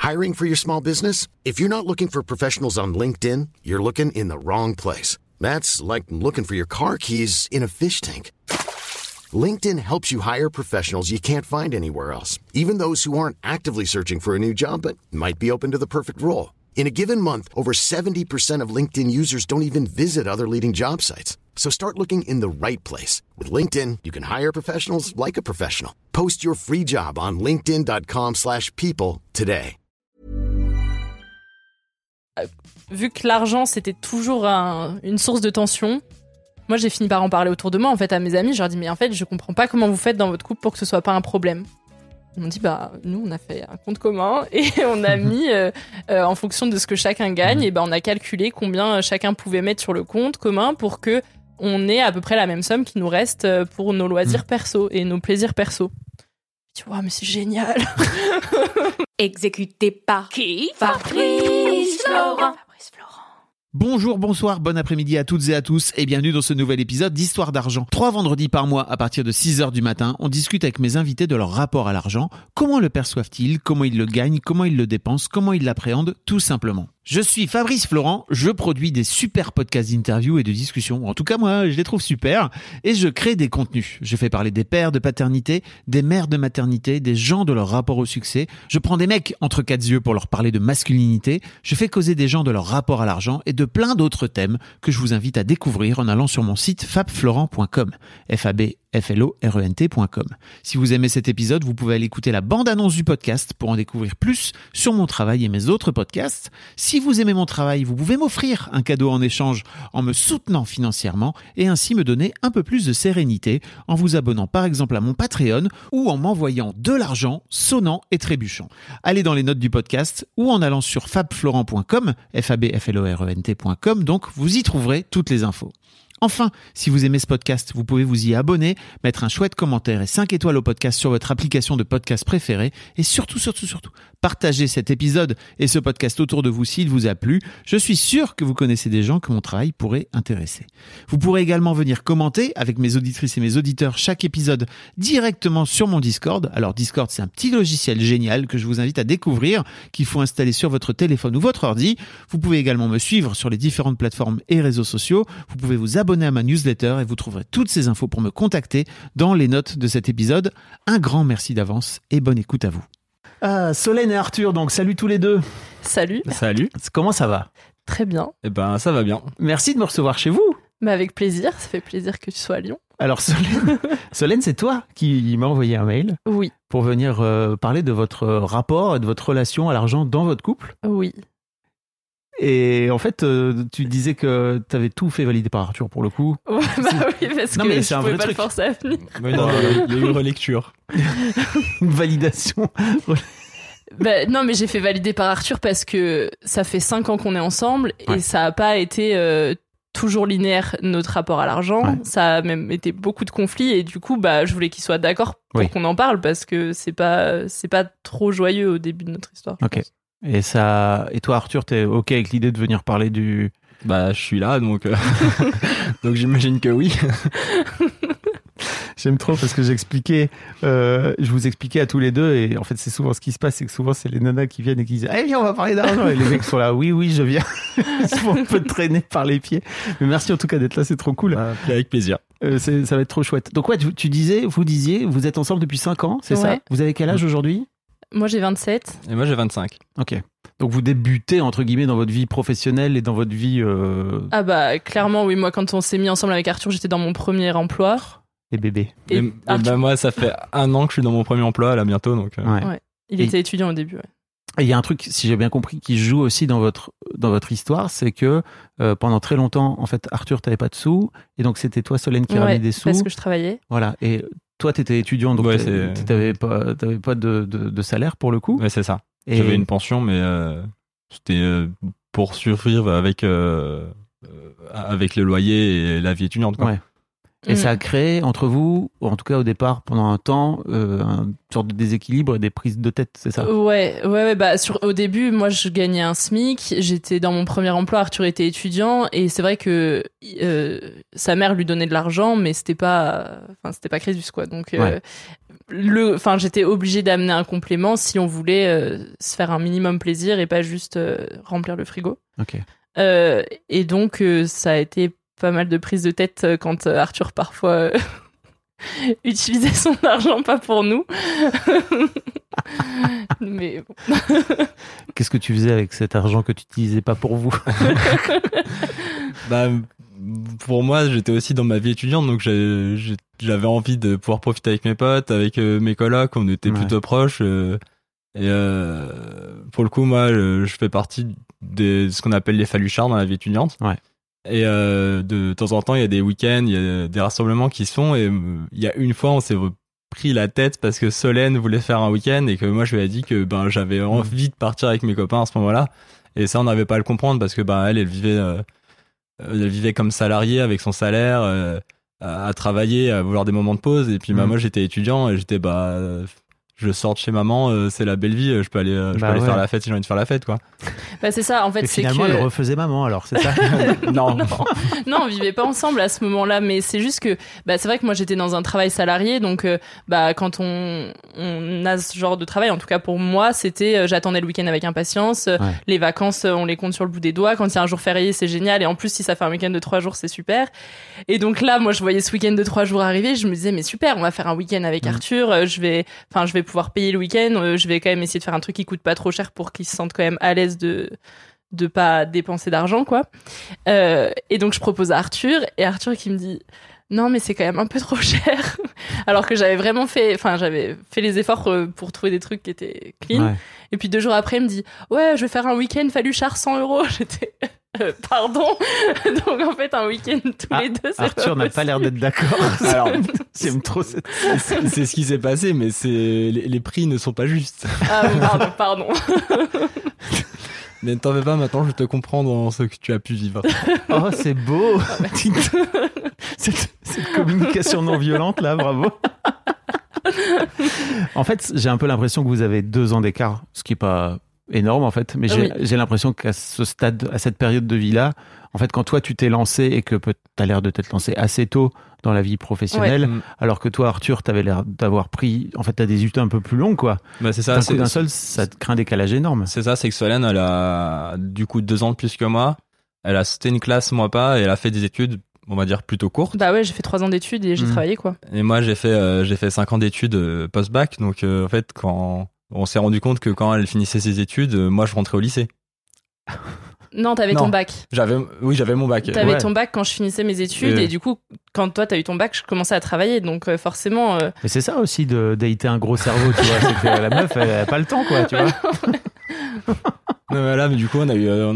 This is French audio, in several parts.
Hiring for your small business? If you're not looking for professionals on LinkedIn, you're looking in the wrong place. That's like looking for your car keys in a fish tank. LinkedIn helps you hire professionals you can't find anywhere else, even those who aren't actively searching for a new job but might be open to the perfect role. In a given month, over 70% of LinkedIn users don't even visit other leading job sites. So start looking in the right place. With LinkedIn, you can hire professionals like a professional. Post your free job on linkedin.com/people today. Vu que l'argent, c'était toujours une source de tension, moi, j'ai fini par en parler autour de moi, en fait, à mes amis. Je leur dis, mais en fait, je comprends pas comment vous faites dans votre couple pour que ce soit pas un problème. Ils m'ont dit, nous, on a fait un compte commun et on a mis, en fonction de ce que chacun gagne, et on a calculé combien chacun pouvait mettre sur le compte commun pour que on ait à peu près la même somme qui nous reste pour nos loisirs perso et nos plaisirs perso. Tu vois, mais c'est génial. Exécuté par qui? Fabrice Florent. Bonjour, bonsoir, bon après-midi à toutes et à tous et bienvenue dans ce nouvel épisode d'Histoire d'argent. 3 vendredis par mois à partir de 6h du matin, on discute avec mes invités de leur rapport à l'argent, comment le perçoivent-ils, comment ils le gagnent, comment ils le dépensent, comment ils l'appréhendent, tout simplement. Je suis Fabrice Florent, je produis des super podcasts d'interviews et de discussions. En tout cas, moi, je les trouve super. Et je crée des contenus. Je fais parler des pères de paternité, des mères de maternité, des gens de leur rapport au succès. Je prends des mecs entre 4 yeux pour leur parler de masculinité. Je fais causer des gens de leur rapport à l'argent et de plein d'autres thèmes que je vous invite à découvrir en allant sur mon site fabflorent.com. FABFLORENT.com. Si vous aimez cet épisode, vous pouvez aller écouter la bande-annonce du podcast pour en découvrir plus sur mon travail et mes autres podcasts. Si vous aimez mon travail, vous pouvez m'offrir un cadeau en échange en me soutenant financièrement et ainsi me donner un peu plus de sérénité en vous abonnant par exemple à mon Patreon ou en m'envoyant de l'argent sonnant et trébuchant. Allez dans les notes du podcast ou en allant sur fabflorent.com, FABFLORENT.com, donc vous y trouverez toutes les infos. Enfin, si vous aimez ce podcast, vous pouvez vous y abonner, mettre un chouette commentaire et 5 étoiles au podcast sur votre application de podcast préférée et surtout, partagez cet épisode et ce podcast autour de vous s'il vous a plu. Je suis sûr que vous connaissez des gens que mon travail pourrait intéresser. Vous pourrez également venir commenter avec mes auditrices et mes auditeurs chaque épisode directement sur mon Discord. Alors Discord, c'est un petit logiciel génial que je vous invite à découvrir, qu'il faut installer sur votre téléphone ou votre ordi. Vous pouvez également me suivre sur les différentes plateformes et réseaux sociaux. Vous pouvez vous abonner à ma newsletter et vous trouverez toutes ces infos pour me contacter dans les notes de cet épisode. Un grand merci d'avance et bonne écoute à vous. Solène et Arthur, donc salut tous les deux. Salut. Salut. Comment ça va? Très bien. Eh ben, ça va bien. Merci de me recevoir chez vous. Mais avec plaisir, ça fait plaisir que tu sois à Lyon. Alors Solène, c'est toi qui m'as envoyé un mail. Oui. Pour venir parler de votre rapport et de votre relation à l'argent dans votre couple. Oui. Et en fait, tu disais que tu avais tout fait valider par Arthur pour le coup. Ouais, oui, parce que je pouvais pas le forcer à venir. Mais non, il y a eu une relecture. Une validation. Non, mais j'ai fait valider par Arthur parce que ça fait 5 ans qu'on est ensemble et ça a pas été toujours linéaire notre rapport à l'argent. Ouais. Ça a même été beaucoup de conflits et du coup, je voulais qu'il soit d'accord pour qu'on en parle parce que c'est pas trop joyeux au début de notre histoire. Ok. Et toi, Arthur, t'es OK avec l'idée de venir parler du... Je suis là, donc j'imagine que oui. J'aime trop parce que je vous expliquais à tous les deux, et en fait, c'est souvent ce qui se passe, c'est que souvent, c'est les nanas qui viennent et qui disent « Eh viens, on va parler d'argent !» Et les mecs sont là « Oui, je viens. » Ils se font un peu traîner par les pieds. Mais merci en tout cas d'être là, c'est trop cool. Avec plaisir. Ça va être trop chouette. Donc ouais, vous disiez, vous êtes ensemble depuis 5 ans, c'est ça? Vous avez quel âge aujourd'hui? Moi, j'ai 27. Et moi, j'ai 25. Ok. Donc, vous débutez, entre guillemets, dans votre vie professionnelle et dans votre vie... Clairement, oui. Moi, quand on s'est mis ensemble avec Arthur, j'étais dans mon premier emploi. Et bébé. Et moi, ça fait 1 an que je suis dans mon premier emploi, là, bientôt. Donc, Ouais. Il était étudiant au début, ouais. Et il y a un truc, si j'ai bien compris, qui joue aussi dans votre histoire, c'est que pendant très longtemps, en fait, Arthur, t'avais pas de sous. Et donc, c'était toi, Solène, qui ramenait des sous. Parce que je travaillais. Voilà. Et... Toi, t'étais étudiant, donc t'avais pas de salaire pour le coup. Ouais, c'est ça. Et... J'avais une pension, mais c'était pour survivre avec le loyer et la vie étudiante, quoi. Ouais. Et ça a créé entre vous, ou en tout cas au départ, pendant un temps, une sorte de déséquilibre et des prises de tête, c'est ça? Ouais. Au début, moi, je gagnais un SMIC, j'étais dans mon premier emploi, Arthur était étudiant, et c'est vrai que sa mère lui donnait de l'argent, mais c'était pas Crésus, quoi. Donc, j'étais obligée d'amener un complément si on voulait se faire un minimum plaisir et pas juste remplir le frigo. Ok. Et donc, ça a été pas mal de prises de tête quand Arthur parfois utilisait son argent pas pour nous. Mais bon. Qu'est-ce que tu faisais avec cet argent que tu n'utilisais pas pour vous? Bah, pour moi, j'étais aussi dans ma vie étudiante, donc j'avais envie de pouvoir profiter avec mes potes, avec mes colocs, on était plutôt proches. Et pour le coup, moi, je fais partie de ce qu'on appelle les faluchards dans la vie étudiante. Ouais. Et de temps en temps, il y a des week-ends, il y a des rassemblements qui se font. Et il y a une fois, on s'est pris la tête parce que Solène voulait faire un week-end et que moi, je lui ai dit que j'avais envie de partir avec mes copains à ce moment-là. Et ça, on n'avait pas à le comprendre parce que elle vivait comme salariée avec son salaire, à travailler, à vouloir des moments de pause. Et puis moi, j'étais étudiant et j'étais je sors de chez maman, c'est la belle vie, je peux aller faire la fête si j'ai envie de faire la fête, quoi. Bah c'est ça, en fait, et c'est finalement, que... elle refaisait maman, alors, c'est ça? Non, on vivait pas ensemble à ce moment-là, mais c'est juste que, c'est vrai que moi j'étais dans un travail salarié, donc, quand on a ce genre de travail, en tout cas pour moi, c'était, j'attendais le week-end avec impatience, les vacances, on les compte sur le bout des doigts, quand il y a un jour férié, c'est génial, et en plus, si ça fait un week-end de 3 jours, c'est super. Et donc là, moi, je voyais ce week-end de 3 jours arriver, je me disais, mais super, on va faire un week-end avec Arthur, je vais pouvoir payer le week-end, je vais quand même essayer de faire un truc qui coûte pas trop cher pour qu'il se sente quand même à l'aise de pas dépenser d'argent, quoi. Et donc je propose à Arthur, et Arthur qui me dit non mais c'est quand même un peu trop cher, alors que j'avais fait les efforts pour trouver des trucs qui étaient clean. Ouais. Et puis 2 jours après il me dit ouais, je vais faire un week-end faluchard 100 €. J'étais pardon. Donc en fait un week-end tous les deux, c'est Arthur n'a pas l'air d'être d'accord. Alors j'aime trop cette... c'est ce qui s'est passé, mais les prix ne sont pas justes. Ah pardon. Mais ne t'en fais pas, maintenant je te comprends dans ce que tu as pu vivre. Oh, c'est beau. cette communication non violente là, bravo. En fait, j'ai un peu l'impression que vous avez 2 ans d'écart, ce qui est pas énorme en fait, mais j'ai l'impression qu'à ce stade, à cette période de vie là, en fait, quand toi tu t'es lancé et que t'as l'air de t'être lancé assez tôt dans la vie professionnelle, alors que toi Arthur t'avais l'air d'avoir pris, en fait t'as des études un peu plus longues, quoi. C'est ça. D'un seul, ça te crée un décalage énorme. C'est ça, c'est que Solène, elle a du coup 2 ans de plus que moi, elle a sauté une classe, moi pas, et elle a fait des études, on va dire plutôt courtes. Bah ouais, j'ai fait 3 ans d'études et j'ai travaillé, quoi. Et moi j'ai fait 5 ans d'études post-bac, donc en fait quand on s'est rendu compte que quand elle finissait ses études, moi je rentrais au lycée. Non, t'avais ton bac. J'avais mon bac. T'avais ton bac quand je finissais mes études, et du coup, quand toi t'as eu ton bac, je commençais à travailler, donc forcément. Mais c'est ça aussi de dater un gros cerveau, tu vois, c'est que la meuf, elle a pas le temps, quoi, tu vois. Non, mais du coup, on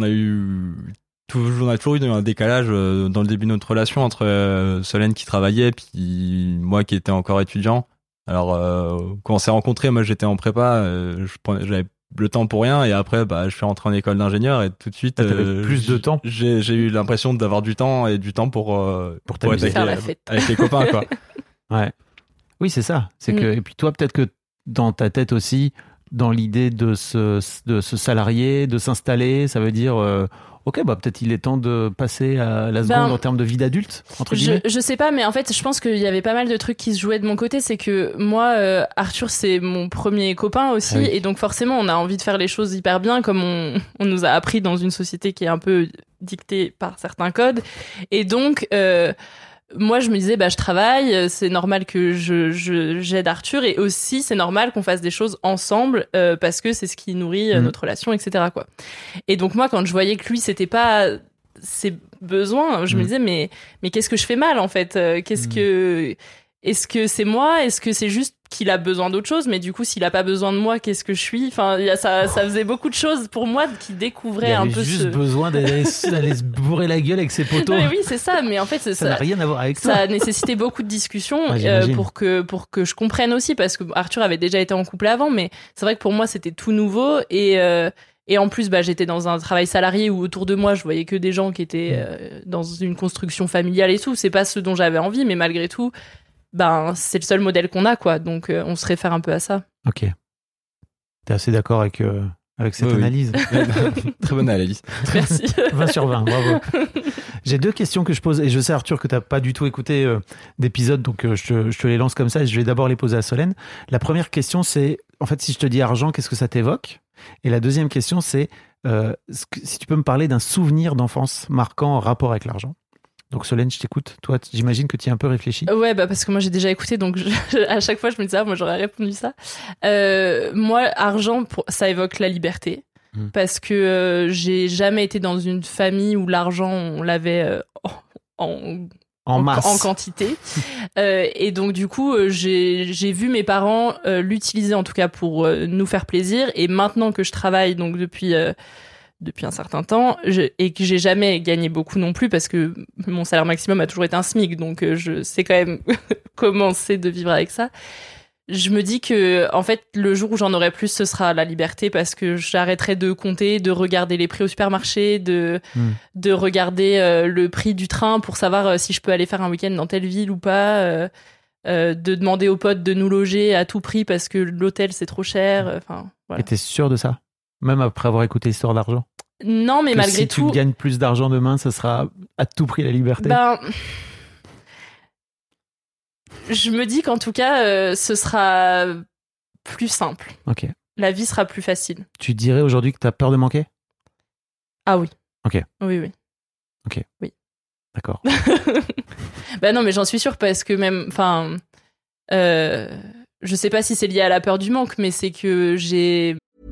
a toujours eu un décalage dans le début de notre relation entre Solène qui travaillait, puis moi qui étais encore étudiant. Alors, quand on s'est rencontrés, moi j'étais en prépa, j'avais le temps pour rien, et après je suis rentré en école d'ingénieur et tout de suite plus de temps. J'ai eu l'impression d'avoir du temps pour être faire la fête avec les copains, quoi. Ouais. Oui, c'est ça. C'est que, et puis toi, peut-être que dans ta tête aussi, dans l'idée de se salarier, de s'installer, ça veut dire ok, peut-être il est temps de passer à la seconde en termes de vie d'adulte, entre guillemets. Je sais pas, mais en fait, je pense qu'il y avait pas mal de trucs qui se jouaient de mon côté. C'est que moi, Arthur, c'est mon premier copain aussi. Ah oui. Et donc forcément, on a envie de faire les choses hyper bien, comme on nous a appris dans une société qui est un peu dictée par certains codes. Et donc... moi, je me disais, je travaille, c'est normal que j'aide Arthur, et aussi, c'est normal qu'on fasse des choses ensemble, parce que c'est ce qui nourrit notre relation, etc., quoi. Et donc, moi, quand je voyais que lui, c'était pas ses besoins, je me disais, mais qu'est-ce que je fais mal, en fait? Est-ce que c'est moi? Est-ce que c'est juste qu'il a besoin d'autre chose? Mais du coup, s'il a pas besoin de moi, qu'est-ce que je suis? Enfin, ça faisait beaucoup de choses pour moi qui découvraient un peu juste besoin d'aller se bourrer la gueule avec ses potos. Non, mais oui, c'est ça. Mais en fait, ça n'a rien à voir avec toi. Ça a nécessité beaucoup de discussions pour que je comprenne aussi, parce que Arthur avait déjà été en couple avant, mais c'est vrai que pour moi, c'était tout nouveau, et en plus, j'étais dans un travail salarié où autour de moi, je voyais que des gens qui étaient dans une construction familiale et tout. C'est pas ce dont j'avais envie, mais malgré tout, c'est le seul modèle qu'on a, quoi. Donc, on se réfère un peu à ça. Ok. T'es assez d'accord avec cette analyse? Très bonne analyse. Merci. 20 sur 20, bravo. J'ai 2 questions que je pose, et je sais, Arthur, que tu n'as pas du tout écouté d'épisode, donc je te les lance comme ça, et je vais d'abord les poser à Solène. La première question, c'est, en fait, si je te dis argent, qu'est-ce que ça t'évoque? Et la deuxième question, c'est, si tu peux me parler d'un souvenir d'enfance marquant en rapport avec l'argent. Donc Solène, je t'écoute. Toi, j'imagine que tu y as un peu réfléchi. Ouais, parce que moi j'ai déjà écouté, donc à chaque fois je me disais, moi j'aurais répondu ça. Moi, argent, ça évoque la liberté. Parce que j'ai jamais été dans une famille où l'argent, on l'avait en masse, en quantité. Et donc du coup, j'ai vu mes parents l'utiliser en tout cas pour nous faire plaisir. Et maintenant que je travaille, donc depuis un certain temps, et que j'ai jamais gagné beaucoup non plus, parce que mon salaire maximum a toujours été un SMIC, donc je sais quand même comment c'est de vivre avec ça. Je me dis que, en fait, le jour où j'en aurai plus, ce sera la liberté, parce que j'arrêterai de compter, de regarder les prix au supermarché, de regarder le prix du train pour savoir si je peux aller faire un week-end dans telle ville ou pas, de demander aux potes de nous loger à tout prix parce que l'hôtel c'est trop cher. Enfin, voilà. Et t'es sûr de ça? Même après avoir écouté l'histoire d'argent? Non, mais malgré tout. Si tu gagnes plus d'argent demain, ce sera à tout prix la liberté? Je me dis qu'en tout cas, ce sera plus simple. Ok. La vie sera plus facile. Tu dirais aujourd'hui que t'as peur de manquer? Ah oui. Ok. Oui. Ok. Oui. D'accord. Non, mais j'en suis sûre, parce que même, je sais pas si c'est lié à la peur du manque, mais c'est que j'ai...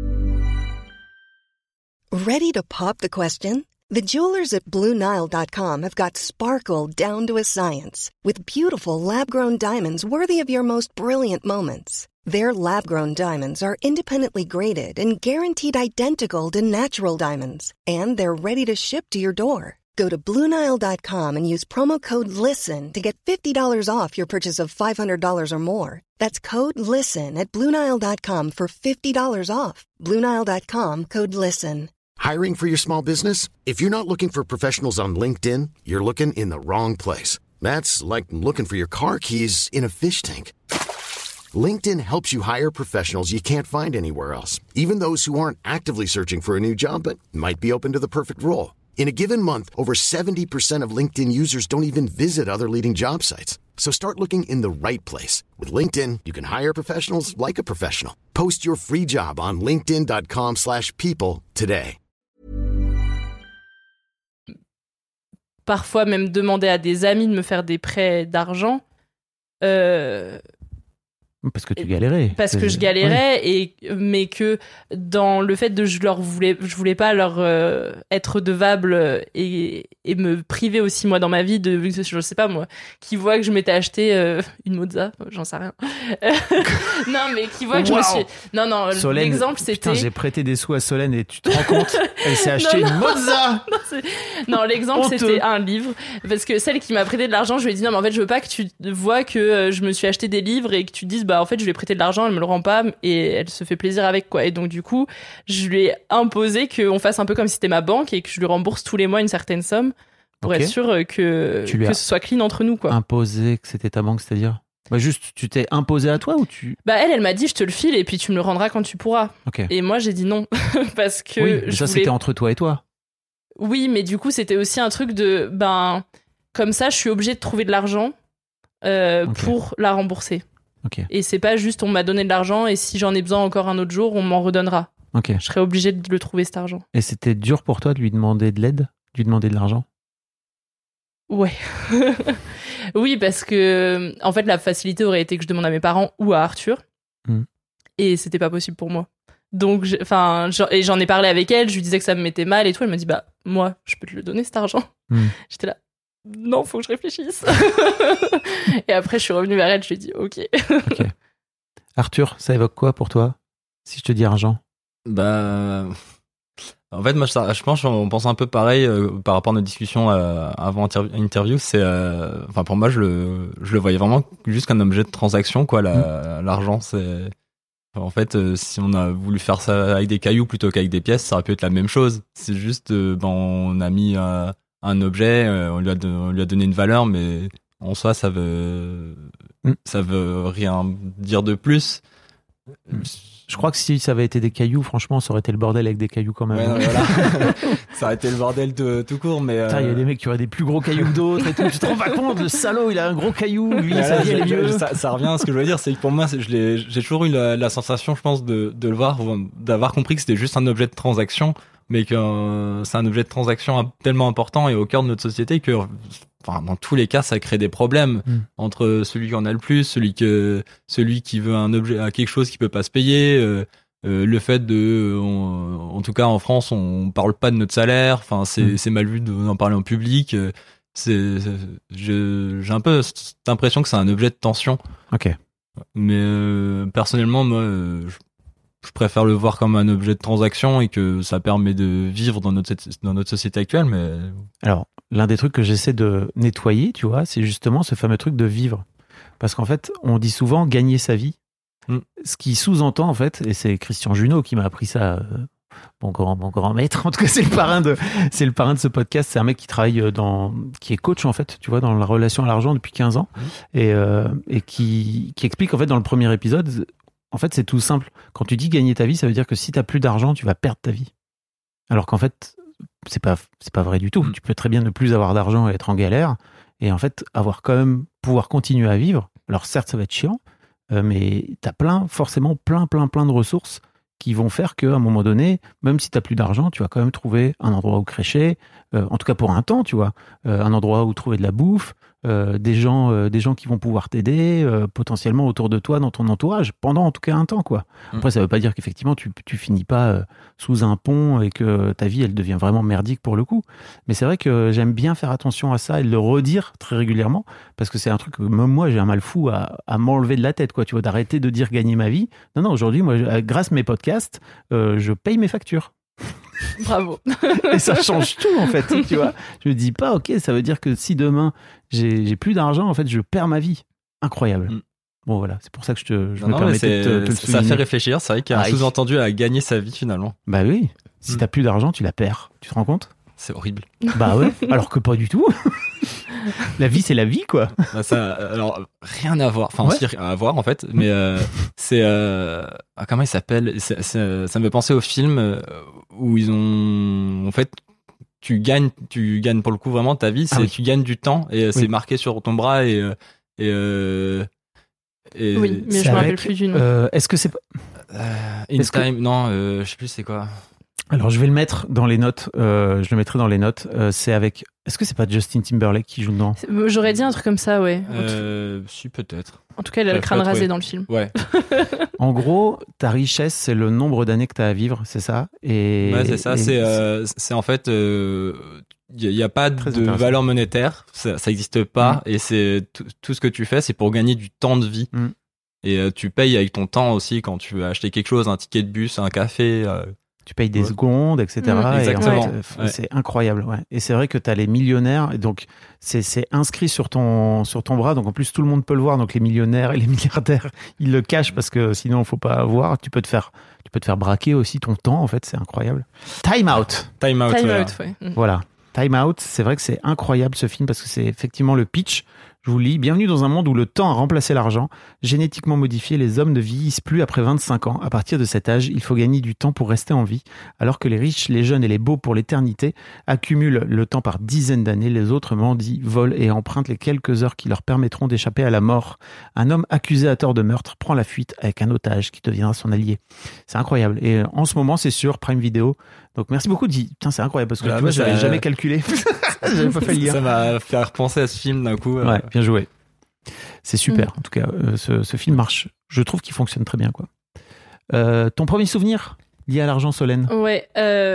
Ready to pop the question? The jewelers at BlueNile.com have got sparkle down to a science with beautiful lab-grown diamonds worthy of your most brilliant moments. Their lab-grown diamonds are independently graded and guaranteed identical to natural diamonds, and they're ready to ship to your door. Go to BlueNile.com and use promo code LISTEN to get $50 off your purchase of $500 or more. That's code LISTEN at BlueNile.com for $50 off. BlueNile.com, code LISTEN. Hiring for your small business? If you're not looking for professionals on LinkedIn, you're looking in the wrong place. That's like looking for your car keys in a fish tank. LinkedIn helps you hire professionals you can't find anywhere else, even those who aren't actively searching for a new job but might be open to the perfect role. In a given month, over 70% of LinkedIn users don't even visit other leading job sites. So start looking in the right place. With LinkedIn, you can hire professionals like a professional. Post your free job on linkedin.com/people today. Parfois même demander à des amis de me faire des prêts d'argent. Parce que tu galérais. Parce que je galérais, oui. Mais que dans le fait de je voulais pas leur être redevable et me priver aussi moi dans ma vie de, je sais pas moi, qui voit que je m'étais acheté une Mozza, j'en sais rien. Non, mais qui voit que je me suis... Non, Solène, l'exemple c'était... Putain, j'ai prêté des sous à Solène et tu te rends compte, elle s'est acheté une Mozza. Non, l'exemple c'était un livre, parce que celle qui m'a prêté de l'argent, je lui ai dit non mais en fait je veux pas que tu vois que je me suis acheté des livres et que tu te dises en fait je lui ai prêté de l'argent, elle me le rend pas et elle se fait plaisir avec quoi. Et donc du coup je lui ai imposé qu'on fasse un peu comme si c'était ma banque et que je lui rembourse tous les mois une certaine somme pour être sûr que ce soit clean entre nous quoi. Imposé que c'était ta banque, c'est-à-dire juste tu t'es imposé à toi ou tu... Elle m'a dit je te le file et puis tu me le rendras quand tu pourras. Okay. Et moi j'ai dit non parce que c'était entre toi et toi. Oui, mais du coup c'était aussi un truc de comme ça je suis obligée de trouver de l'argent pour la rembourser. Okay. Et c'est pas juste on m'a donné de l'argent et si j'en ai besoin encore un autre jour, on m'en redonnera. Okay. Je serais obligée de le trouver cet argent. Et c'était dur pour toi de lui demander de l'aide, de lui demander de l'argent? Ouais. Oui, parce que en fait la facilité aurait été que je demande à mes parents ou à Arthur. Et c'était pas possible pour moi. Donc j'en ai parlé avec elle, je lui disais que ça me mettait mal et tout, elle m'a dit moi, je peux te le donner cet argent. J'étais là non, faut que je réfléchisse. Et après, je suis revenue vers elle, je lui ai dit OK. Arthur, ça évoque quoi pour toi, si je te dis argent? En fait, moi, je pense qu'on pense un peu pareil par rapport à notre discussion avant interview. C'est, pour moi, je le voyais vraiment juste qu'un objet de transaction, quoi. L'argent, c'est... En fait, si on a voulu faire ça avec des cailloux plutôt qu'avec des pièces, ça aurait pu être la même chose. C'est juste, on a mis... un objet, on lui a donné une valeur, mais en soi ça veut rien dire de plus. Je crois que si ça avait été des cailloux, franchement, ça aurait été le bordel avec des cailloux quand même. Ouais, non, mais voilà. Ça aurait été le bordel tout court, mais. Putain, il y a des mecs qui auraient des plus gros cailloux que d'autres et tout. Tu te rends pas compte, le salaud, il a un gros caillou, lui, sa vie, elle est mieux. Ça revient à ce que je veux dire, c'est que pour moi, j'ai toujours eu la sensation, je pense, de le voir, d'avoir compris que c'était juste un objet de transaction, mais que c'est un objet de transaction tellement important et au cœur de notre société que, enfin, dans tous les cas, ça crée des problèmes entre celui qui en a le plus, celui qui veut un objet, quelque chose qui peut pas se payer, le fait en tout cas en France, on parle pas de notre salaire, enfin, c'est mal vu d'en parler en public, j'ai un peu cette impression que c'est un objet de tension. Ok. Mais personnellement, moi, je préfère le voir comme un objet de transaction et que ça permet de vivre dans notre société actuelle. Mais alors, l'un des trucs que j'essaie de nettoyer, tu vois, c'est justement ce fameux truc de vivre. Parce qu'en fait, on dit souvent gagner sa vie. Ce qui sous-entend, en fait, et c'est Christian Junot qui m'a appris ça, mon grand maître. En tout cas, c'est le parrain de ce podcast. C'est un mec qui travaille qui est coach, en fait, tu vois, dans la relation à l'argent depuis 15 ans. Et qui explique, en fait, dans le premier épisode, en fait, c'est tout simple. Quand tu dis gagner ta vie, ça veut dire que si t'as plus d'argent, tu vas perdre ta vie. Alors qu'en fait, c'est pas vrai du tout. Tu peux très bien ne plus avoir d'argent et être en galère. Et en fait, avoir quand même, pouvoir continuer à vivre. Alors certes, ça va être chiant, mais t'as forcément plein de ressources qui vont faire qu'à un moment donné, même si t'as plus d'argent, tu vas quand même trouver un endroit où crécher, en tout cas pour un temps, tu vois, un endroit où trouver de la bouffe, des gens qui vont pouvoir t'aider, potentiellement autour de toi, dans ton entourage, pendant en tout cas un temps, quoi. Après, ça veut pas dire qu'effectivement tu finis pas sous un pont et que ta vie elle devient vraiment merdique pour le coup. Mais c'est vrai que j'aime bien faire attention à ça et le redire très régulièrement parce que c'est un truc que même moi j'ai un mal fou à m'enlever de la tête, quoi. Tu vois, d'arrêter de dire gagner ma vie. Non, aujourd'hui, moi, grâce à mes podcasts, je paye mes factures. Bravo. Et ça change tout, en fait, tu vois. Je me dis pas, ok, ça veut dire que si demain j'ai plus d'argent, en fait, je perds ma vie. Incroyable. Bon, voilà, c'est pour ça que je me permettais de te le souligner. Ça fait réfléchir, c'est vrai qu'il y a un sous-entendu à gagner sa vie, finalement. Bah oui, si t'as plus d'argent, tu la perds. Tu te rends compte ? C'est horrible. Bah ouais, alors que pas du tout. La vie, c'est la vie, quoi. Bah ça, alors, rien à voir. Enfin, aussi à voir, en fait. Mais c'est... comment il s'appelle ? Ça me fait penser au film où ils ont... En fait, tu gagnes pour le coup vraiment ta vie. Tu gagnes du temps et c'est marqué sur ton bras et oui, mais je me rappelle plus du nom. Est-ce que c'est pas... Non, je sais plus c'est quoi. Alors, je vais le mettre dans les notes. Je le mettrai dans les notes. C'est avec... Est-ce que c'est pas Justin Timberlake qui joue dedans ? J'aurais dit un truc comme ça, ouais. Si, peut-être. En tout cas, il a le crâne rasé dans le film. Ouais. En gros, ta richesse, c'est le nombre d'années que tu as à vivre, c'est ça ? Ouais, c'est ça. C'est en fait... il n'y a pas de valeur monétaire. Ça n'existe pas. Et c'est tout ce que tu fais, c'est pour gagner du temps de vie. Et tu payes avec ton temps aussi quand tu veux acheter quelque chose, un ticket de bus, un café... Tu payes des secondes, etc. Exactement. Et en fait, c'est incroyable. Ouais. Et c'est vrai que tu as les millionnaires. Et donc, c'est inscrit sur ton bras. Donc, en plus, tout le monde peut le voir. Donc, les millionnaires et les milliardaires, ils le cachent parce que sinon, il ne faut pas voir. Tu peux te faire braquer aussi ton temps. En fait, c'est incroyable. Time Out. Time Out, ouais. Voilà. Time Out. C'est vrai que c'est incroyable ce film parce que c'est effectivement le pitch. Je vous lis. Bienvenue dans un monde où le temps a remplacé l'argent. Génétiquement modifié, les hommes ne vieillissent plus après 25 ans. À partir de cet âge, il faut gagner du temps pour rester en vie. Alors que les riches, les jeunes et les beaux pour l'éternité accumulent le temps par dizaines d'années, les autres mendient, volent et empruntent les quelques heures qui leur permettront d'échapper à la mort. Un homme accusé à tort de meurtre prend la fuite avec un otage qui deviendra son allié. C'est incroyable. Et en ce moment, c'est sur Prime Video. Donc merci beaucoup. Putain, c'est incroyable parce que tu vois, je n'avais jamais calculé. J'avais pas fait le lien. Ça m'a fait repenser à ce film d'un coup. Ouais, bien joué. C'est super. En tout cas, ce film marche. Je trouve qu'il fonctionne très bien, quoi. Ton premier souvenir lié à l'argent, Solène ? Ouais.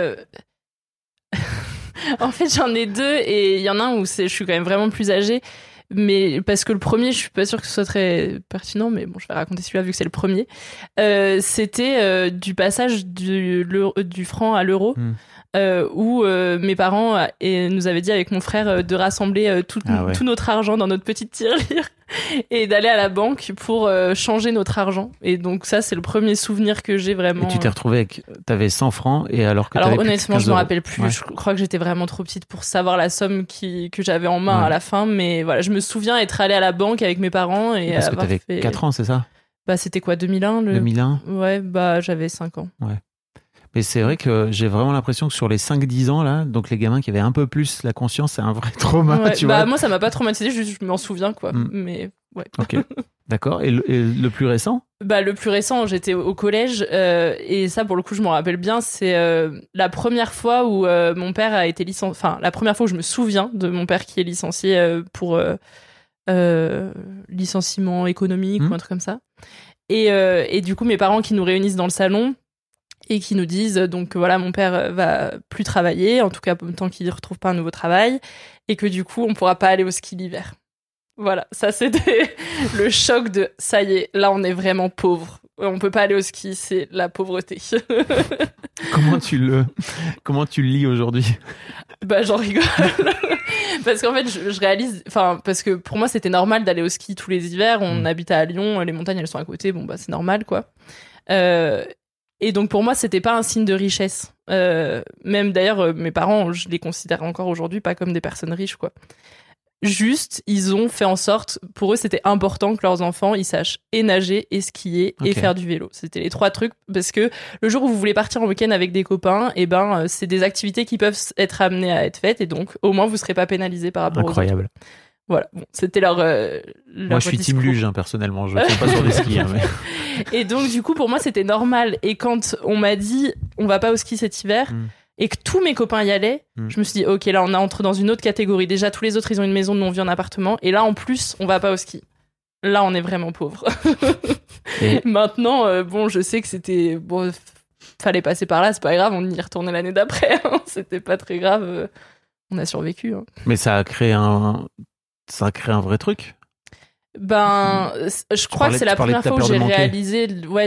En fait, j'en ai deux et il y en a un où je suis quand même vraiment plus âgée. Mais parce que le premier, je suis pas sûre que ce soit très pertinent, mais bon, je vais raconter celui-là vu que c'est le premier. C'était du passage du franc à l'euro. Où mes parents nous avaient dit avec mon frère de rassembler tout notre argent dans notre petite tirelire et d'aller à la banque pour changer notre argent. Et donc ça, c'est le premier souvenir que j'ai vraiment. Et tu t'es retrouvée avec... T'avais 100 francs et alors que Alors honnêtement, je me rappelle plus. Ouais. Je crois que j'étais vraiment trop petite pour savoir la somme que j'avais en main à la fin. Mais voilà, je me souviens être allée à la banque avec mes parents. Et parce que t'avais 4 ans, c'est ça ? Bah, c'était quoi, 2001 2001. Ouais, bah, j'avais 5 ans. Ouais. Mais c'est vrai que j'ai vraiment l'impression que sur les 5-10 ans, là, donc les gamins qui avaient un peu plus la conscience, c'est un vrai trauma, Ouais, tu bah, vois. moi, ça m'a pas traumatisé, je m'en souviens, quoi. Mais, ouais. Ok. D'accord. Et le plus récent ? Bah, le plus récent, j'étais au collège, et ça, pour le coup, je m'en rappelle bien, c'est la première fois où mon père a été licencié, enfin, la première fois où je me souviens de mon père qui est licencié pour licenciement économique ou un truc comme ça. Et du coup, mes parents qui nous réunissent dans le salon et qui nous disent, donc voilà, mon père va plus travailler, en tout cas, tant qu'il ne retrouve pas un nouveau travail, et que du coup, on pourra pas aller au ski l'hiver. Voilà, ça c'était le choc de ça y est, là on est vraiment pauvre. On peut pas aller au ski, c'est la pauvreté. Comment tu le lis aujourd'hui ? Bah j'en rigole. Parce qu'en fait, je réalise, enfin, parce que pour moi c'était normal d'aller au ski tous les hivers. On habite à Lyon, les montagnes elles sont à côté, bon bah c'est normal quoi. Et donc pour moi c'était pas un signe de richesse. Même d'ailleurs, mes parents, je les considère encore aujourd'hui pas comme des personnes riches quoi. Juste, ils ont fait en sorte, pour eux, c'était important que leurs enfants, ils sachent et nager, et skier, et faire du vélo. C'était les 3 trucs, parce que le jour où vous voulez partir en week-end avec des copains, et ben, c'est des activités qui peuvent être amenées à être faites, et donc, au moins, vous serez pas pénalisés par rapport aux autres. Incroyable. Voilà, bon, c'était leur moi, je suis team luge, personnellement, je ne fais pas sur des skis. Mais... Et donc, du coup, pour moi, c'était normal. Et quand on m'a dit, on va pas au ski cet hiver, et que tous mes copains y allaient, je me suis dit, ok, là, on entre dans une autre catégorie. Déjà, tous les autres, ils ont une maison, nous, on vit en appartement. Et là, en plus, on va pas au ski. Là, on est vraiment pauvres. Et... Maintenant, bon, je sais que c'était... Bon, fallait passer par là, c'est pas grave, on y retournait l'année d'après. Hein. C'était pas très grave. On a survécu. Hein. Mais ça a créé un vrai truc. Ben, je crois que c'est la première fois où j'ai réalisé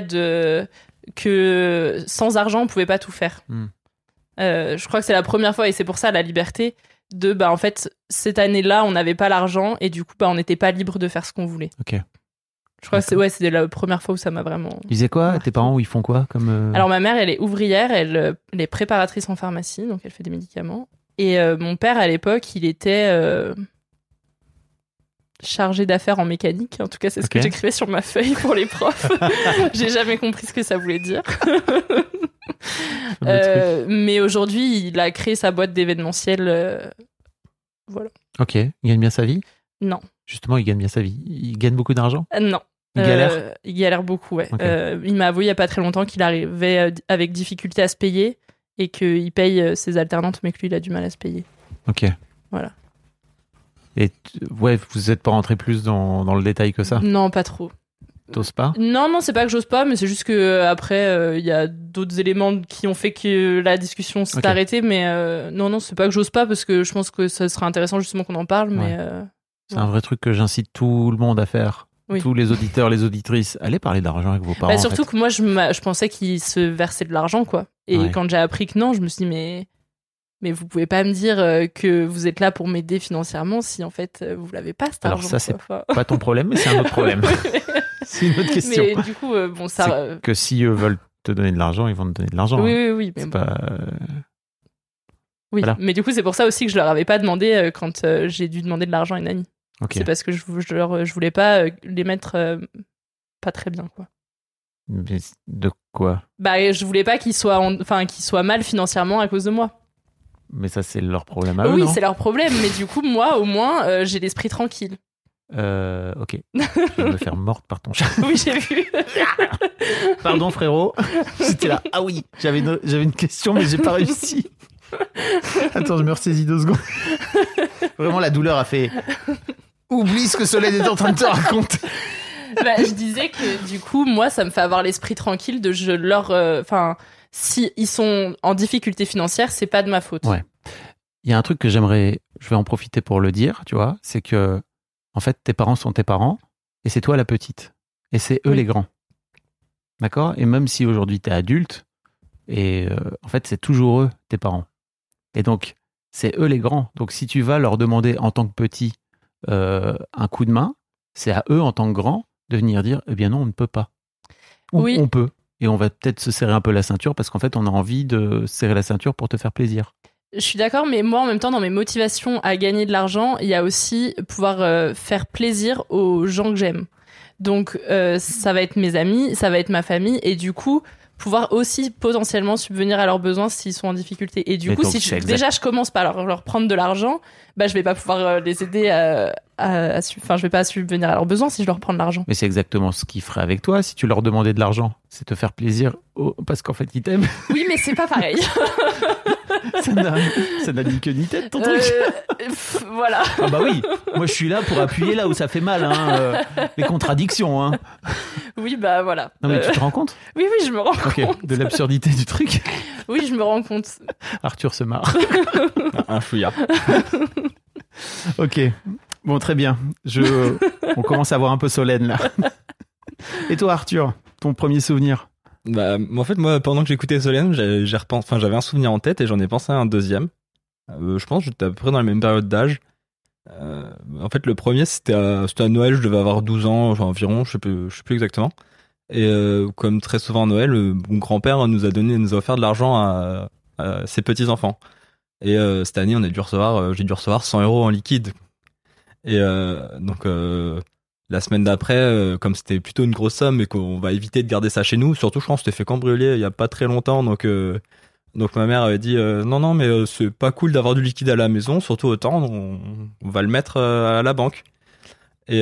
que sans argent, on pouvait pas tout faire. Je crois que c'est la première fois, et c'est pour ça la liberté de, bah, en fait, cette année-là, on n'avait pas l'argent, et du coup, bah, on n'était pas libre de faire ce qu'on voulait. Ok. Je crois que c'était la première fois où ça m'a vraiment... Tu disais quoi ? Marqué. Tes parents, ils font quoi comme Alors, ma mère, elle est ouvrière, elle est préparatrice en pharmacie, donc elle fait des médicaments. Et mon père, à l'époque, il était chargé d'affaires en mécanique. En tout cas, c'est ce que j'écrivais sur ma feuille pour les profs. J'ai jamais compris ce que ça voulait dire. Mais aujourd'hui, il a créé sa boîte d'événementiel. Voilà. Ok. Il gagne bien sa vie ? Non. Justement, il gagne bien sa vie. Il gagne beaucoup d'argent ? Non. Il galère ? Il galère beaucoup, ouais. Il m'a avoué il y a pas très longtemps qu'il arrivait avec difficulté à se payer et qu'il paye ses alternantes, mais que lui, il a du mal à se payer. Ok. Voilà. Et ouais, vous n'êtes pas rentré plus dans le détail que ça ? Non, pas trop. T'oses pas ? Non, c'est pas que j'ose pas, mais c'est juste que après il y a d'autres éléments qui ont fait que la discussion s'est arrêtée. Mais non, c'est pas que j'ose pas, parce que je pense que ça serait intéressant justement qu'on en parle. Mais c'est un vrai truc que j'incite tout le monde à faire. Oui. Tous les auditeurs, les auditrices, allez parler d'argent avec vos parents. Bah, surtout que moi, je pensais qu'ils se versaient de l'argent, quoi. Et quand j'ai appris que non, je me suis dit, mais vous pouvez pas me dire que vous êtes là pour m'aider financièrement si en fait vous l'avez pas, cet argent. Alors ça, c'est pas ton problème, mais c'est un autre problème. C'est une autre question. Mais du coup, bon, ça. C'est que si eux veulent te donner de l'argent, ils vont te donner de l'argent. Oui. C'est mais pas. Oui, voilà. Mais du coup, c'est pour ça aussi que je leur avais pas demandé quand j'ai dû demander de l'argent à une amie. Okay. C'est parce que je voulais pas les mettre pas très bien, quoi. Mais de quoi ? Bah, je voulais pas qu'ils soient mal financièrement à cause de moi. Mais ça, c'est leur problème à eux, oui, non ? C'est leur problème. Mais du coup, moi, au moins, j'ai l'esprit tranquille. Ok. Je vais me faire morte par ton chat. Oui, j'ai vu. Pardon, frérot. J'étais là. Ah oui, j'avais une question, mais j'ai pas réussi. Attends, je me ressaisis 2 secondes. Vraiment, la douleur a fait... Oublie ce que Solène est en train de te raconter. Bah, je disais que du coup, moi, ça me fait avoir l'esprit tranquille de si ils sont en difficulté financière, c'est pas de ma faute. Ouais. Il y a un truc que je vais en profiter pour le dire, tu vois, c'est que en fait, tes parents sont tes parents et c'est toi la petite et c'est eux les grands. D'accord ? Et même si aujourd'hui t'es adulte, et en fait, c'est toujours eux tes parents. Et donc, c'est eux les grands. Donc, si tu vas leur demander en tant que petit un coup de main, c'est à eux en tant que grands de venir dire eh bien non, on ne peut pas. Ou oui. On peut. Et on va peut-être se serrer un peu la ceinture parce qu'en fait, on a envie de serrer la ceinture pour te faire plaisir. Je suis d'accord, mais moi, en même temps, dans mes motivations à gagner de l'argent, il y a aussi pouvoir faire plaisir aux gens que j'aime. Donc, ça va être mes amis, ça va être ma famille, et du coup, pouvoir aussi potentiellement subvenir à leurs besoins s'ils sont en difficulté. Et du Mais coup, donc, si c'est déjà je commence par leur prendre de l'argent, bah, je vais pas pouvoir les aider je vais pas subvenir à leurs besoins si je leur prends de l'argent. Mais c'est exactement ce qu'ils feraient avec toi si tu leur demandais de l'argent. C'est te faire plaisir parce qu'en fait, ils t'aiment. Oui, mais c'est pas pareil. Ça n'a ni queue ni tête, ton truc. Voilà. Ah bah oui, moi je suis là pour appuyer là où ça fait mal, les contradictions. Hein. Oui, bah voilà. Non mais tu te rends compte ? Oui, je me rends compte. De l'absurdité du truc. Oui, je me rends compte. Arthur se marre. Un chouïa. Ok, bon très bien. On commence à voir un peu Solène là. Et toi Arthur, ton premier souvenir ? Bah, en fait, moi, pendant que j'écoutais Solène, j'avais un souvenir en tête et j'en ai pensé à un deuxième. Je pense que j'étais à peu près dans la même période d'âge. En fait, le premier, c'était à Noël, je devais avoir 12 ans, enfin, environ, je sais plus exactement. Et comme très souvent à Noël, mon grand-père nous a offert de l'argent à ses petits-enfants. Et cette année, j'ai dû recevoir 100 € en liquide. Et donc... la semaine d'après, comme c'était plutôt une grosse somme et qu'on va éviter de garder ça chez nous, surtout je pense que c'était fait cambrioler il y a pas très longtemps, donc ma mère avait dit non mais c'est pas cool d'avoir du liquide à la maison, surtout autant, on va le mettre à la banque. Et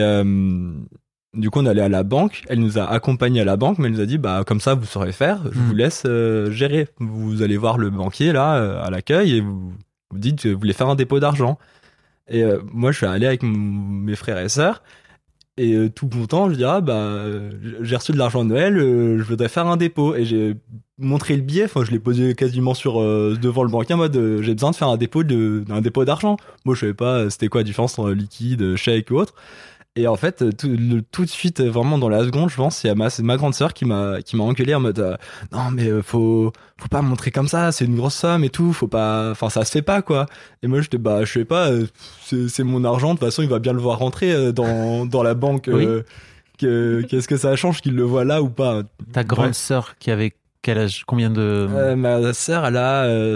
du coup on allait à la banque, elle nous a accompagnés à la banque, mais elle nous a dit bah comme ça vous saurez faire, je vous laisse gérer, vous allez voir le banquier là à l'accueil et vous dites que vous voulez faire un dépôt d'argent. Et moi je suis allé avec mes frères et sœurs. Et tout content, je dis j'ai reçu de l'argent de Noël, je voudrais faire un dépôt. Et j'ai montré le billet, enfin je l'ai posé quasiment devant le banquier en mode j'ai besoin de faire un dépôt d'argent. Moi je savais pas c'était quoi la différence entre liquide, chèque ou autre. Et en fait tout de suite, vraiment dans la seconde, je pense, il y a ma grande sœur qui m'a engueulé en mode non mais faut pas montrer comme ça, c'est une grosse somme et tout, faut pas, enfin ça se fait pas quoi. Et moi j'étais je sais pas, c'est mon argent, de toute façon il va bien le voir rentrer dans la banque. Oui. Qu'est-ce que ça change qu'il le voit là ou pas? Ta grande sœur qui avait quel âge, combien de... Ma sœur elle a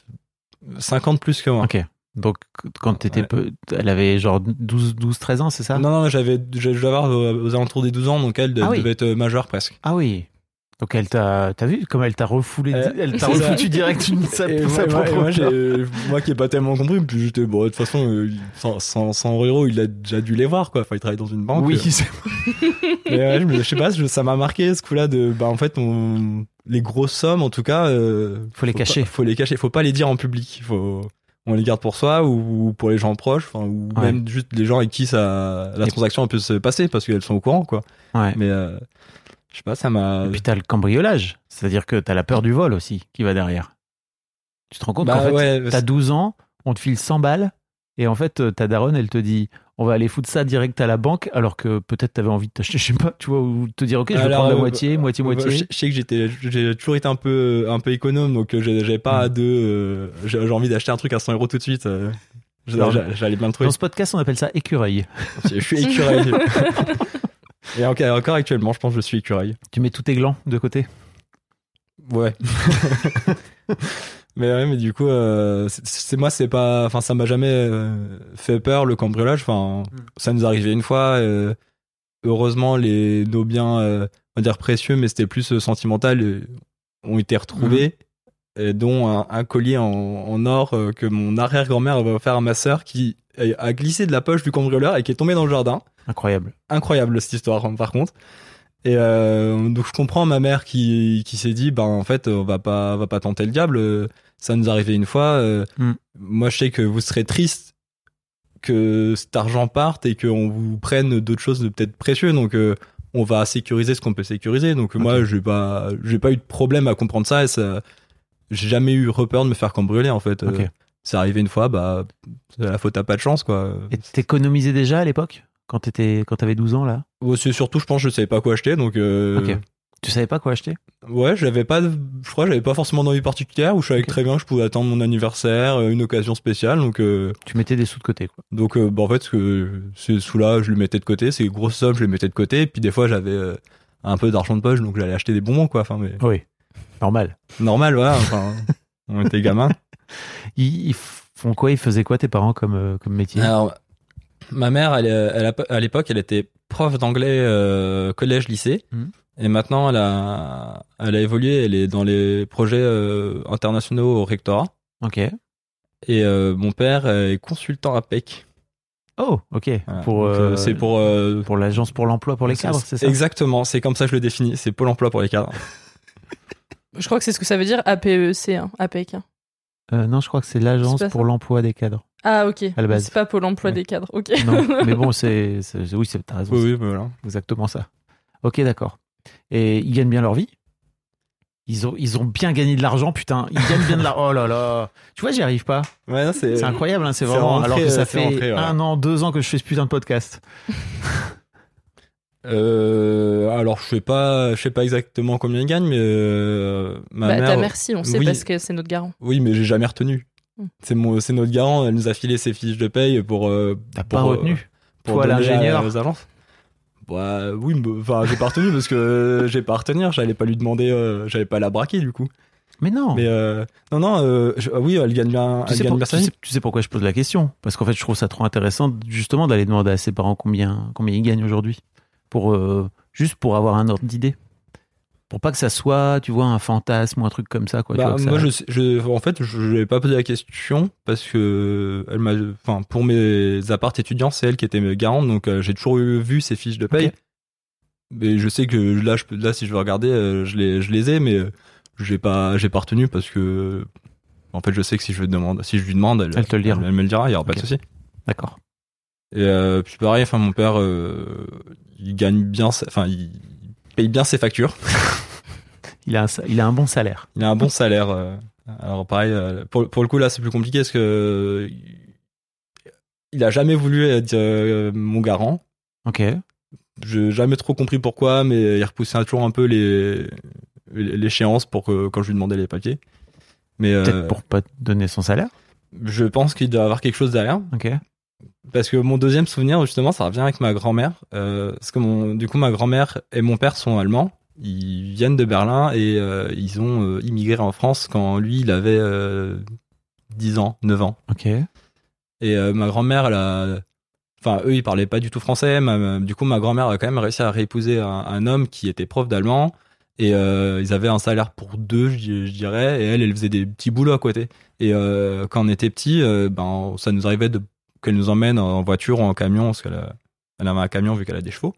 50 plus que moi. Ok. Donc, quand t'étais elle avait genre 12-13 ans, c'est ça ? Non, je devais avoir aux alentours des 12 ans, donc elle devait être majeure presque. Ah oui. Donc t'as vu comme elle t'a refoulé, elle t'a refoutu direct sa propre. Moi qui ai pas tellement compris, puis j'étais de toute façon 100 € il a déjà dû les voir quoi. Enfin il travaille dans une banque. Oui. Mais je sais pas, ça m'a marqué ce coup-là de en fait les grosses sommes en tout cas. Faut les cacher. Faut les cacher. Faut pas les dire en public. On les garde pour soi ou pour les gens proches, ou même juste les gens avec qui la transaction peut se passer parce qu'elles sont au courant quoi. Ouais. Mais je sais pas, ça m'a... Et puis t'as le cambriolage, c'est-à-dire que t'as la peur du vol aussi qui va derrière. Tu te rends compte qu'en fait, t'as 12 ans, on te file 100 balles, et en fait, ta daronne, elle te dit, on va aller foutre ça direct à la banque, alors que peut-être t'avais envie de t'acheter, je sais pas, tu vois, ou te dire, ok, je vais prendre la moitié. Je sais que j'ai toujours été un peu économe, donc j'avais pas à deux, j'ai envie d'acheter un truc à 100 € tout de suite. J'allais bien le trouver. Dans ce podcast, on appelle ça écureuil. Je suis écureuil. Et encore actuellement, je pense que je suis écureuil. Tu mets tous tes glands de côté ? Ouais. mais du coup, c'est pas, enfin, ça m'a jamais fait peur le cambriolage. Enfin, ça nous arrivait une fois. Heureusement, nos biens, on va dire précieux, mais c'était plus sentimental, ont été retrouvés, dont un collier en or que mon arrière-grand-mère avait offert à ma sœur, qui a glissé de la poche du cambrioleur et qui est tombé dans le jardin. Incroyable cette histoire par contre. Et donc je comprends ma mère qui s'est dit en fait on va pas tenter le diable, ça nous arrivait une fois, moi je sais que vous serez triste que cet argent parte et qu'on vous prenne d'autres choses de peut-être précieux, donc on va sécuriser ce qu'on peut sécuriser. Donc moi j'ai pas eu de problème à comprendre ça, et ça j'ai jamais eu peur de me faire cambrioler en fait. C'est arrivé une fois, c'est la faute à pas de chance quoi. Et t'économisais déjà à l'époque ? Quand t'avais 12 ans, là ? C'est surtout, je pense, je savais pas quoi acheter, donc... Ok. Tu savais pas quoi acheter ? Ouais, je crois que j'avais pas forcément d'envie particulière, où je savais que très bien je pouvais attendre mon anniversaire, une occasion spéciale, donc... Tu mettais des sous de côté, quoi. Donc, en fait, ces sous-là, je les mettais de côté, ces grosses sommes, je les mettais de côté, et puis des fois, j'avais un peu d'argent de poche, donc j'allais acheter des bonbons, quoi, enfin, mais... Oui, normal, voilà, enfin, on était gamins. Ils font quoi ? Ils faisaient quoi, tes parents, comme métier ? Alors... Ma mère, à l'époque, elle était prof d'anglais collège-lycée. Et maintenant, elle a évolué. Elle est dans les projets internationaux au rectorat. Ok. Et mon père est consultant APEC. Oh, ok. Voilà. C'est pour l'agence pour l'emploi pour les cadres, c'est ça? Exactement. C'est comme ça que je le définis. C'est Pôle emploi pour les cadres. Je crois que c'est ce que ça veut dire APEC, hein, APEC. Non, je crois que c'est l'agence C'est pas pour ça. l'emploi des cadres. Ah, ok. À la base. C'est pas Pôle emploi Ouais. des cadres. Ok. Non, mais bon, oui, t'as raison. Oui, voilà. C'est exactement ça. Ok, d'accord. Et ils gagnent bien leur vie? Ils ont bien gagné de l'argent, putain. Ils gagnent bien de l'argent. Oh là là. Tu vois, j'y arrive pas. Ouais, C'est incroyable, hein, c'est c'est vraiment. rentré, Alors que ça c'est fait rentré, voilà. 1 an, 2 ans que je fais ce putain de podcast. Alors je sais pas exactement combien ils gagnent, mais ma Bah, mère. ta mère, si, on sait oui. parce que c'est notre garant. Oui, mais j'ai jamais retenu. C'est notre garant. Elle nous a filé ses fiches de paye pour. T'as pas retenu? Pour Toi, donner l'ingénieur. aux agences. Bah oui, enfin j'ai pas retenu parce que j'ai pas à retenir. J'allais pas lui demander. J'allais pas la braquer du coup. Mais non. Mais non. Oui, elle gagne bien. Tu sais pourquoi je pose la question? Parce qu'en fait, je trouve ça trop intéressant justement d'aller demander à ses parents combien ils gagnent aujourd'hui. Juste pour avoir un ordre d'idée. Pour pas que ça soit, tu vois, un fantasme ou un truc comme ça, quoi. Bah, tu vois, moi, ça... en fait, je n'ai pas posé la question parce que pour mes apparts étudiants, c'est elle qui était garante, donc j'ai toujours vu ses fiches de paye. Ok. Mais je sais que là, si je veux regarder, je les ai, mais j'ai pas retenu parce que, en fait, je sais que si je lui demande, elle te le dira. Elle me le dira, il y aura pas Ok. de souci. D'accord. Et puis pareil, enfin, mon père, il gagne bien, il paye bien ses factures. Il a un bon salaire. Il a un bon salaire. Alors pareil, pour le coup là c'est plus compliqué parce que il a jamais voulu être mon garant. Ok. J'ai jamais trop compris pourquoi, mais il repoussait toujours un peu l'échéance pour que quand je lui demandais les papiers. Mais Peut-être pour pas te donner son salaire. je pense qu'il doit avoir quelque chose derrière. Ok. Parce que mon deuxième souvenir justement, ça revient avec ma grand-mère. Parce que du coup ma grand-mère et mon père sont allemands. Ils viennent de Berlin et ils ont immigré en France quand lui il avait 10 ans, 9 ans. Ok. Et ma grand-mère, eux ils parlaient pas du tout français. Du coup ma grand-mère a quand même réussi à réépouser un homme qui était prof d'allemand. Et ils avaient un salaire pour deux, je dirais. Et elle faisait des petits boulots à côté. Et quand on était petits, ça nous arrivait qu'elle nous emmène en voiture ou en camion, parce qu'elle avait un camion vu qu'elle a des chevaux.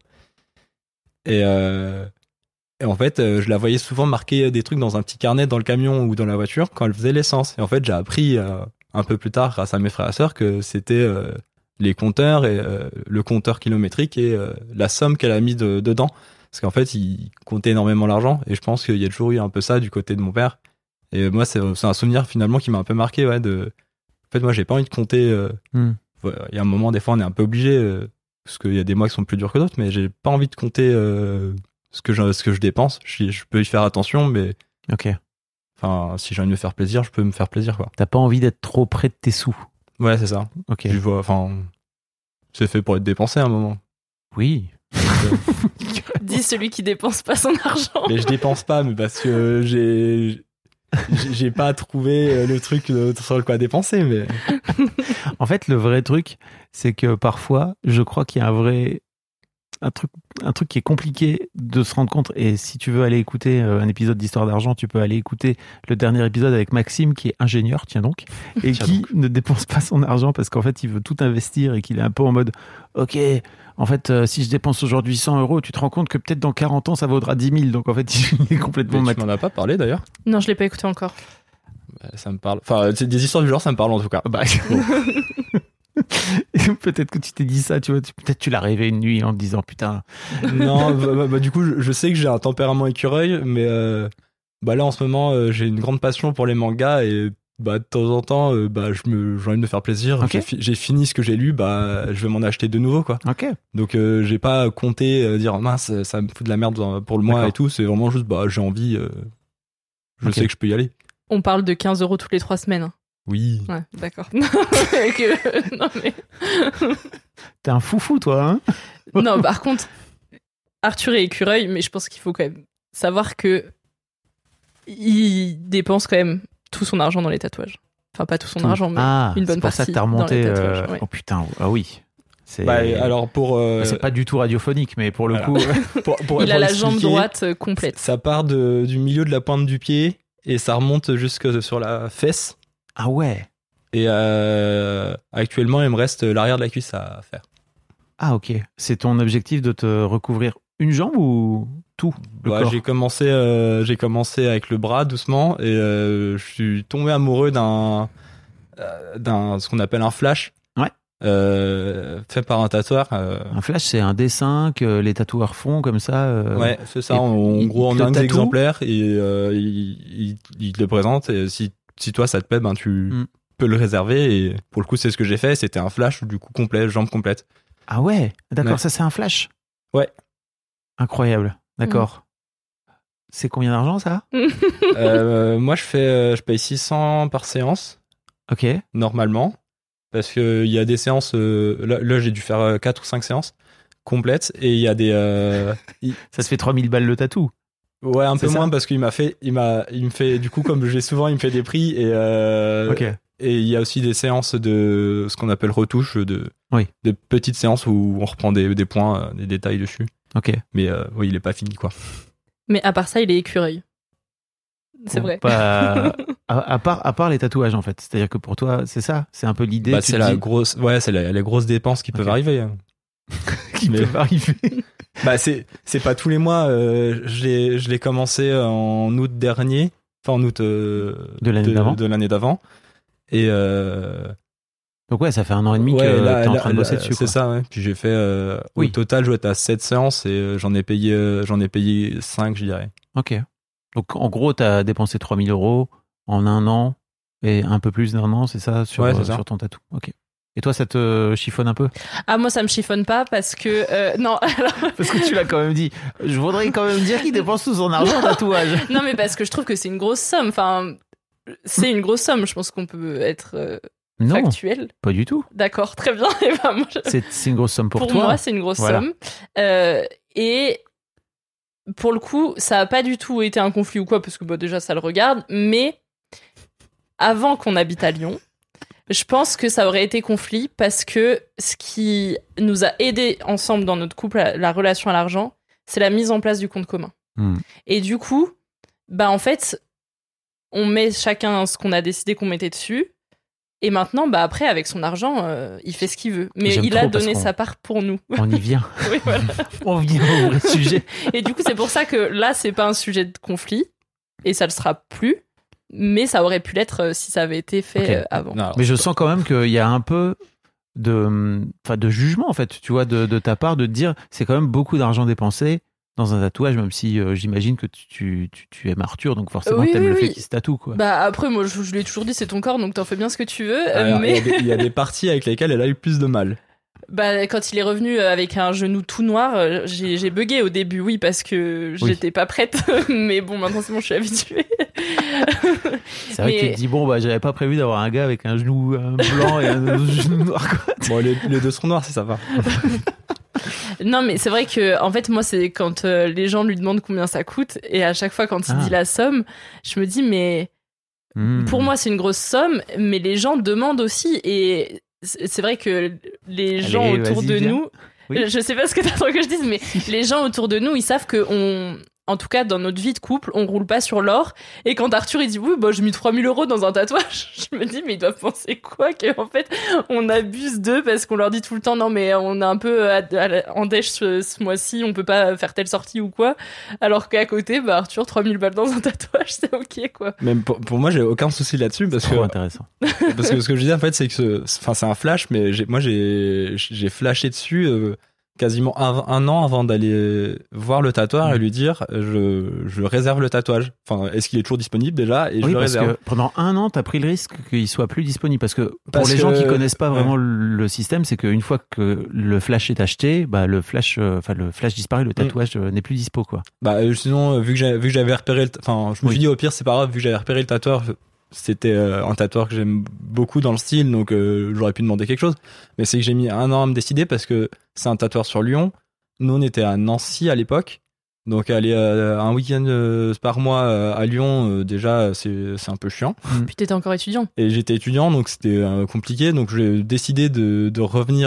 Et en fait, je la voyais souvent marquer des trucs dans un petit carnet dans le camion ou dans la voiture quand elle faisait l'essence. Et en fait, j'ai appris un peu plus tard, grâce à mes frères et sœurs, que c'était les compteurs et le compteur kilométrique et la somme qu'elle a mis dedans. Parce qu'en fait, il comptait énormément l'argent. Et je pense qu'il y a toujours eu un peu ça du côté de mon père. Et moi, c'est un souvenir finalement qui m'a un peu marqué. Ouais, En fait, moi, j'ai pas envie de compter. Il y a un moment, des fois, on est un peu obligé, parce qu'il y a des mois qui sont plus durs que d'autres, mais j'ai pas envie de compter ce que je dépense. Je peux y faire attention, mais Ok. si j'ai envie de me faire plaisir, je peux me faire plaisir, quoi. T'as pas envie d'être trop près de tes sous. Ouais, c'est ça. Ok. Tu vois, c'est fait pour être dépensé à un moment. Oui. Dis celui qui dépense pas son argent. Mais je dépense pas, mais parce que j'ai pas trouvé le truc sur quoi dépenser, mais En fait, le vrai truc, c'est que parfois, je crois qu'il y a un truc qui est compliqué de se rendre compte. Et si tu veux aller écouter un épisode d'Histoire d'argent, tu peux aller écouter le dernier épisode avec Maxime, qui est ingénieur, tiens donc, et qui ne dépense pas son argent parce qu'en fait, il veut tout investir et qu'il est un peu en mode, ok, en fait, si je dépense aujourd'hui 100 €, tu te rends compte que peut-être dans 40 ans, ça vaudra 10 000. Donc en fait, il est complètement tu m'en as pas parlé d'ailleurs. Non, je l'ai pas écouté encore. Ça me parle. Des histoires du genre, ça me parle en tout cas. Bah, peut-être que tu t'es dit ça, tu vois, peut-être tu l'as rêvé une nuit en te disant putain. Non, du coup, je sais que j'ai un tempérament écureuil, mais là en ce moment, j'ai une grande passion pour les mangas et de temps en temps, j'ai envie de me faire plaisir. Okay. J'ai fini ce que j'ai lu, je vais m'en acheter de nouveau, quoi. Ok. Donc j'ai pas compté dire mince, ça me fout de la merde pour le mois. D'accord. Et tout. C'est vraiment juste j'ai envie. Je sais que je peux y aller. On parle de 15 € toutes les 3 semaines. Oui. Ouais, d'accord. Non, mais... T'es un foufou, toi, hein? Non, par contre, Arthur est écureuil, mais je pense qu'il faut quand même savoir que il dépense quand même tout son argent dans les tatouages. Enfin, pas tout son argent, mais une bonne c'est pour partie ça que t'as remonté. dans les tatouages, ouais. Oh putain, ah oui. Alors pour c'est pas du tout radiophonique, mais pour le coup, il a la jambe droite complète. Ça part du milieu de la pointe du pied et ça remonte jusque sur la fesse. Ah ouais. Et actuellement, il me reste l'arrière de la cuisse à faire. Ah ok. C'est ton objectif de te recouvrir une jambe ou tout le corps? J'ai commencé avec le bras doucement et je suis tombé amoureux d'un ce qu'on appelle un flash. Ouais. Fait par un tatoueur. Un flash, c'est un dessin que les tatoueurs font comme ça. Ouais, c'est ça. En gros, en un exemplaire, et il te le présente. Et si toi ça te plaît, ben tu peux le réserver. Et pour le coup, c'est ce que j'ai fait. C'était un flash du coup complet, jambe complète. Ah ouais, d'accord. Ouais. Ça, c'est un flash. Ouais. Incroyable. D'accord. C'est combien d'argent ça? Moi, je paye 600 par séance. Ok. Normalement. Parce qu'il y a des séances, là j'ai dû faire 4 ou 5 séances complètes et il y a des... Ça se fait 3000 balles le tatou. Ouais, un peu ça moins parce qu'il me fait, du coup, comme j'ai souvent, il me fait des prix et et il y a aussi des séances de ce qu'on appelle retouche, de petites séances où on reprend des points, des détails dessus. Ok. Mais oui, il est pas fini quoi. Mais à part ça, il est écureuil. C'est vrai. À part les tatouages en fait. C'est-à-dire que pour toi, c'est ça, c'est un peu l'idée. C'est la grosse, c'est les grosses dépenses qui peuvent arriver. Qui peuvent arriver. C'est pas tous les mois. Je l'ai commencé en août dernier, enfin en août de l'année d'avant. Et donc ouais, ça fait 1 an et demi que t'es en train de bosser dessus. C'est ça, ouais. Puis j'ai fait au total, je dois être à 7 séances et j'en ai payé 5, je dirais. Ok. Donc en gros, t'as dépensé 3000 € en 1 an et un peu plus d'1 an, c'est ça, sur ton tatou. Ok. Et toi, ça te chiffonne un peu? Ah, moi, ça me chiffonne pas parce que... non, alors... Parce que tu l'as quand même dit. Je voudrais quand même dire qu'il dépense tout son argent en tatouage. Non, mais parce que je trouve que c'est une grosse somme. Enfin, c'est une grosse somme. Je pense qu'on peut être factuel. Non, pas du tout. D'accord, très bien. Et ben, moi, c'est une grosse somme pour toi. Pour moi, c'est une grosse somme. Et... pour le coup, ça a pas du tout été un conflit ou quoi, parce que déjà ça le regarde, mais avant qu'on habite à Lyon, je pense que ça aurait été conflit parce que ce qui nous a aidés ensemble dans notre couple, la relation à l'argent, c'est la mise en place du compte commun. Et du coup, en fait, on met chacun ce qu'on a décidé qu'on mettait dessus. Et maintenant, après, avec son argent, il fait ce qu'il veut. Mais il a donné sa part pour nous. On y vient. Oui, voilà. On vient au vrai sujet. Et du coup, c'est pour ça que là, c'est pas un sujet de conflit. Et ça le sera plus. Mais ça aurait pu l'être si ça avait été fait avant. Non, mais je sens quand même qu'il y a un peu de jugement, en fait, tu vois, de ta part, de te dire, c'est quand même beaucoup d'argent dépensé dans un tatouage, même si j'imagine que tu aimes Arthur, donc forcément t'aimes le fait qu'il se tatoue, quoi. Après, moi, je lui ai toujours dit, c'est ton corps, donc t'en fais bien ce que tu veux. Mais il y a des parties avec lesquelles elle a eu plus de mal. Quand il est revenu avec un genou tout noir, j'ai bugué au début, oui, parce que j'étais pas prête. Mais bon, maintenant c'est bon, je suis habituée. C'est vrai que tu te dis, j'avais pas prévu d'avoir un gars avec un genou blanc et un genou noir, quoi. Bon, les deux sont noirs, si ça va. Non, mais c'est vrai que, en fait, moi, c'est quand les gens lui demandent combien ça coûte, et à chaque fois, quand il dit la somme, je me dis, mais pour moi, c'est une grosse somme, mais les gens demandent aussi, et c'est vrai que les gens autour de nous, je sais pas ce que t'attends que je dise, mais les gens autour de nous, ils savent que en tout cas, dans notre vie de couple, on roule pas sur l'or. Et quand Arthur, il dit, oui, j'ai mis 3000 € dans un tatouage, je me dis, mais ils doivent penser quoi? Qu'en fait, on abuse d'eux parce qu'on leur dit tout le temps, non, mais on est un peu en dèche ce mois-ci, on peut pas faire telle sortie ou quoi. Alors qu'à côté, Arthur, 3000 balles dans un tatouage, c'est ok, quoi. Même pour moi, j'ai aucun souci là-dessus parce trop intéressant. Parce que ce que je disais, en fait, c'est que c'est un flash, mais moi, j'ai flashé dessus, quasiment 1 an avant d'aller voir le tatoueur et lui dire je réserve le tatouage. Enfin, est-ce qu'il est toujours disponible déjà? Et je le réserve. Parce que pendant 1 an, t'as pris le risque qu'il soit plus disponible. Parce que pour les gens qui connaissent pas vraiment le système, c'est qu'une fois que le flash est acheté, le flash disparaît, le tatouage n'est plus dispo, quoi. Sinon, vu que j'avais repéré je me suis dit au pire c'est pas grave, vu que j'avais repéré le tatoueur. C'était un tatoueur que j'aime beaucoup dans le style, donc j'aurais pu demander quelque chose. Mais c'est que j'ai mis 1 an à me décider parce que c'est un tatoueur sur Lyon. Nous, on était à Nancy à l'époque. Donc aller un week-end par mois à Lyon, déjà, c'est un peu chiant. Puis t'étais encore étudiant. Et j'étais étudiant, donc c'était compliqué. Donc j'ai décidé de revenir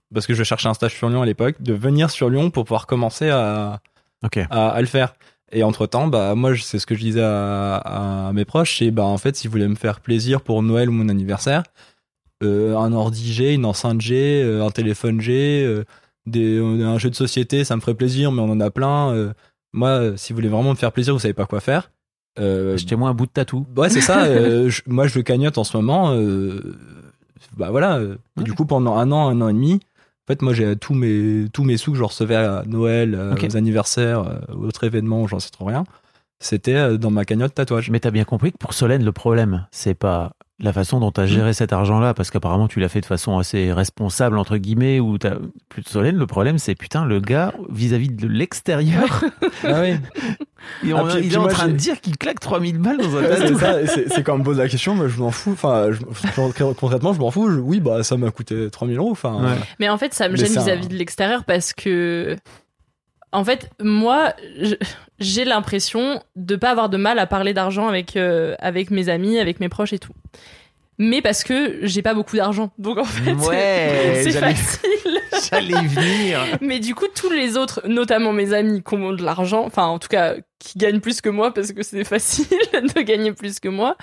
parce que je cherchais un stage sur Lyon à l'époque, de venir sur Lyon pour pouvoir commencer à le faire. Et entre-temps, moi, c'est ce que je disais à mes proches, c'est en fait, s'ils voulaient me faire plaisir pour Noël ou mon anniversaire, un ordi G, une enceinte G, un téléphone G, un jeu de société, ça me ferait plaisir, mais on en a plein. Moi, si vous voulez vraiment me faire plaisir, vous savez pas quoi faire. Achetez-moi un bout de tatou. Ouais, c'est ça. Moi, je le cagnotte en ce moment. Voilà. Et du coup, pendant un an et demi, en fait, moi, j'ai tous mes sous que je recevais à Noël, aux anniversaires, aux autres événements, j'en sais trop rien. C'était dans ma cagnotte tatouage. Mais t'as bien compris que pour Solène, le problème, c'est pas la façon dont t'as géré cet argent-là, parce qu'apparemment tu l'as fait de façon assez responsable, entre guillemets, ou plus de Solène, le problème c'est putain, le gars, vis-à-vis de l'extérieur, ah oui. il est en train de dire qu'il claque 3000 balles dans un tatouage. C'est quand on me pose la question, moi je m'en fous, concrètement je m'en fous, oui, ça m'a coûté 3000 euros. Mais en fait, ça me gêne vis-à-vis de l'extérieur parce que, en fait, moi, j'ai l'impression de pas avoir de mal à parler d'argent avec mes amis, avec mes proches et tout. Mais parce que j'ai pas beaucoup d'argent. Donc en fait, c'est facile. J'allais y venir. Mais du coup, tous les autres, notamment mes amis qui ont de l'argent, enfin en tout cas, qui gagnent plus que moi parce que c'est facile de gagner plus que moi,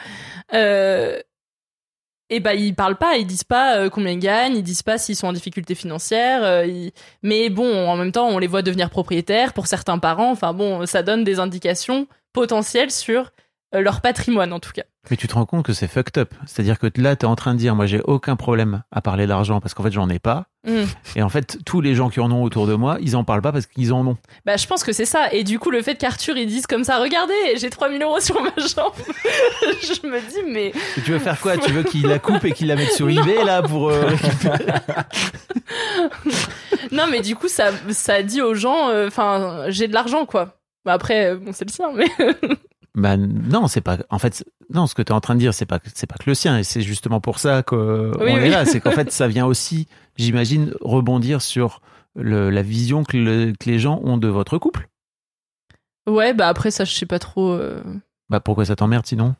et ils parlent pas, ils disent pas combien ils gagnent, ils disent pas s'ils sont en difficulté financière, mais bon, en même temps, on les voit devenir propriétaires pour certains parents, enfin bon, ça donne des indications potentielles sur leur patrimoine en tout cas. Mais tu te rends compte que c'est fucked up, c'est-à-dire que là, t'es en train de dire, moi j'ai aucun problème à parler d'argent parce qu'en fait j'en ai pas, et en fait tous les gens qui en ont autour de moi, ils en parlent pas parce qu'ils en ont. Je pense que c'est ça, et du coup le fait qu'Arthur il dise comme ça, regardez, j'ai 3000 euros sur ma jambe, je me dis mais... Et tu veux faire quoi? Tu veux qu'il la coupe et qu'il la mette sur eBay là pour récupérer? Non mais du coup ça dit aux gens, j'ai de l'argent quoi. Après, c'est le sien, mais... Non, c'est pas. En fait, non, ce que tu es en train de dire, c'est pas que le sien, et c'est justement pour ça qu'on est là. C'est qu'en fait, ça vient aussi, j'imagine, rebondir sur la vision que les gens ont de votre couple. Ouais, après ça, je sais pas trop. Pourquoi ça t'emmerde sinon?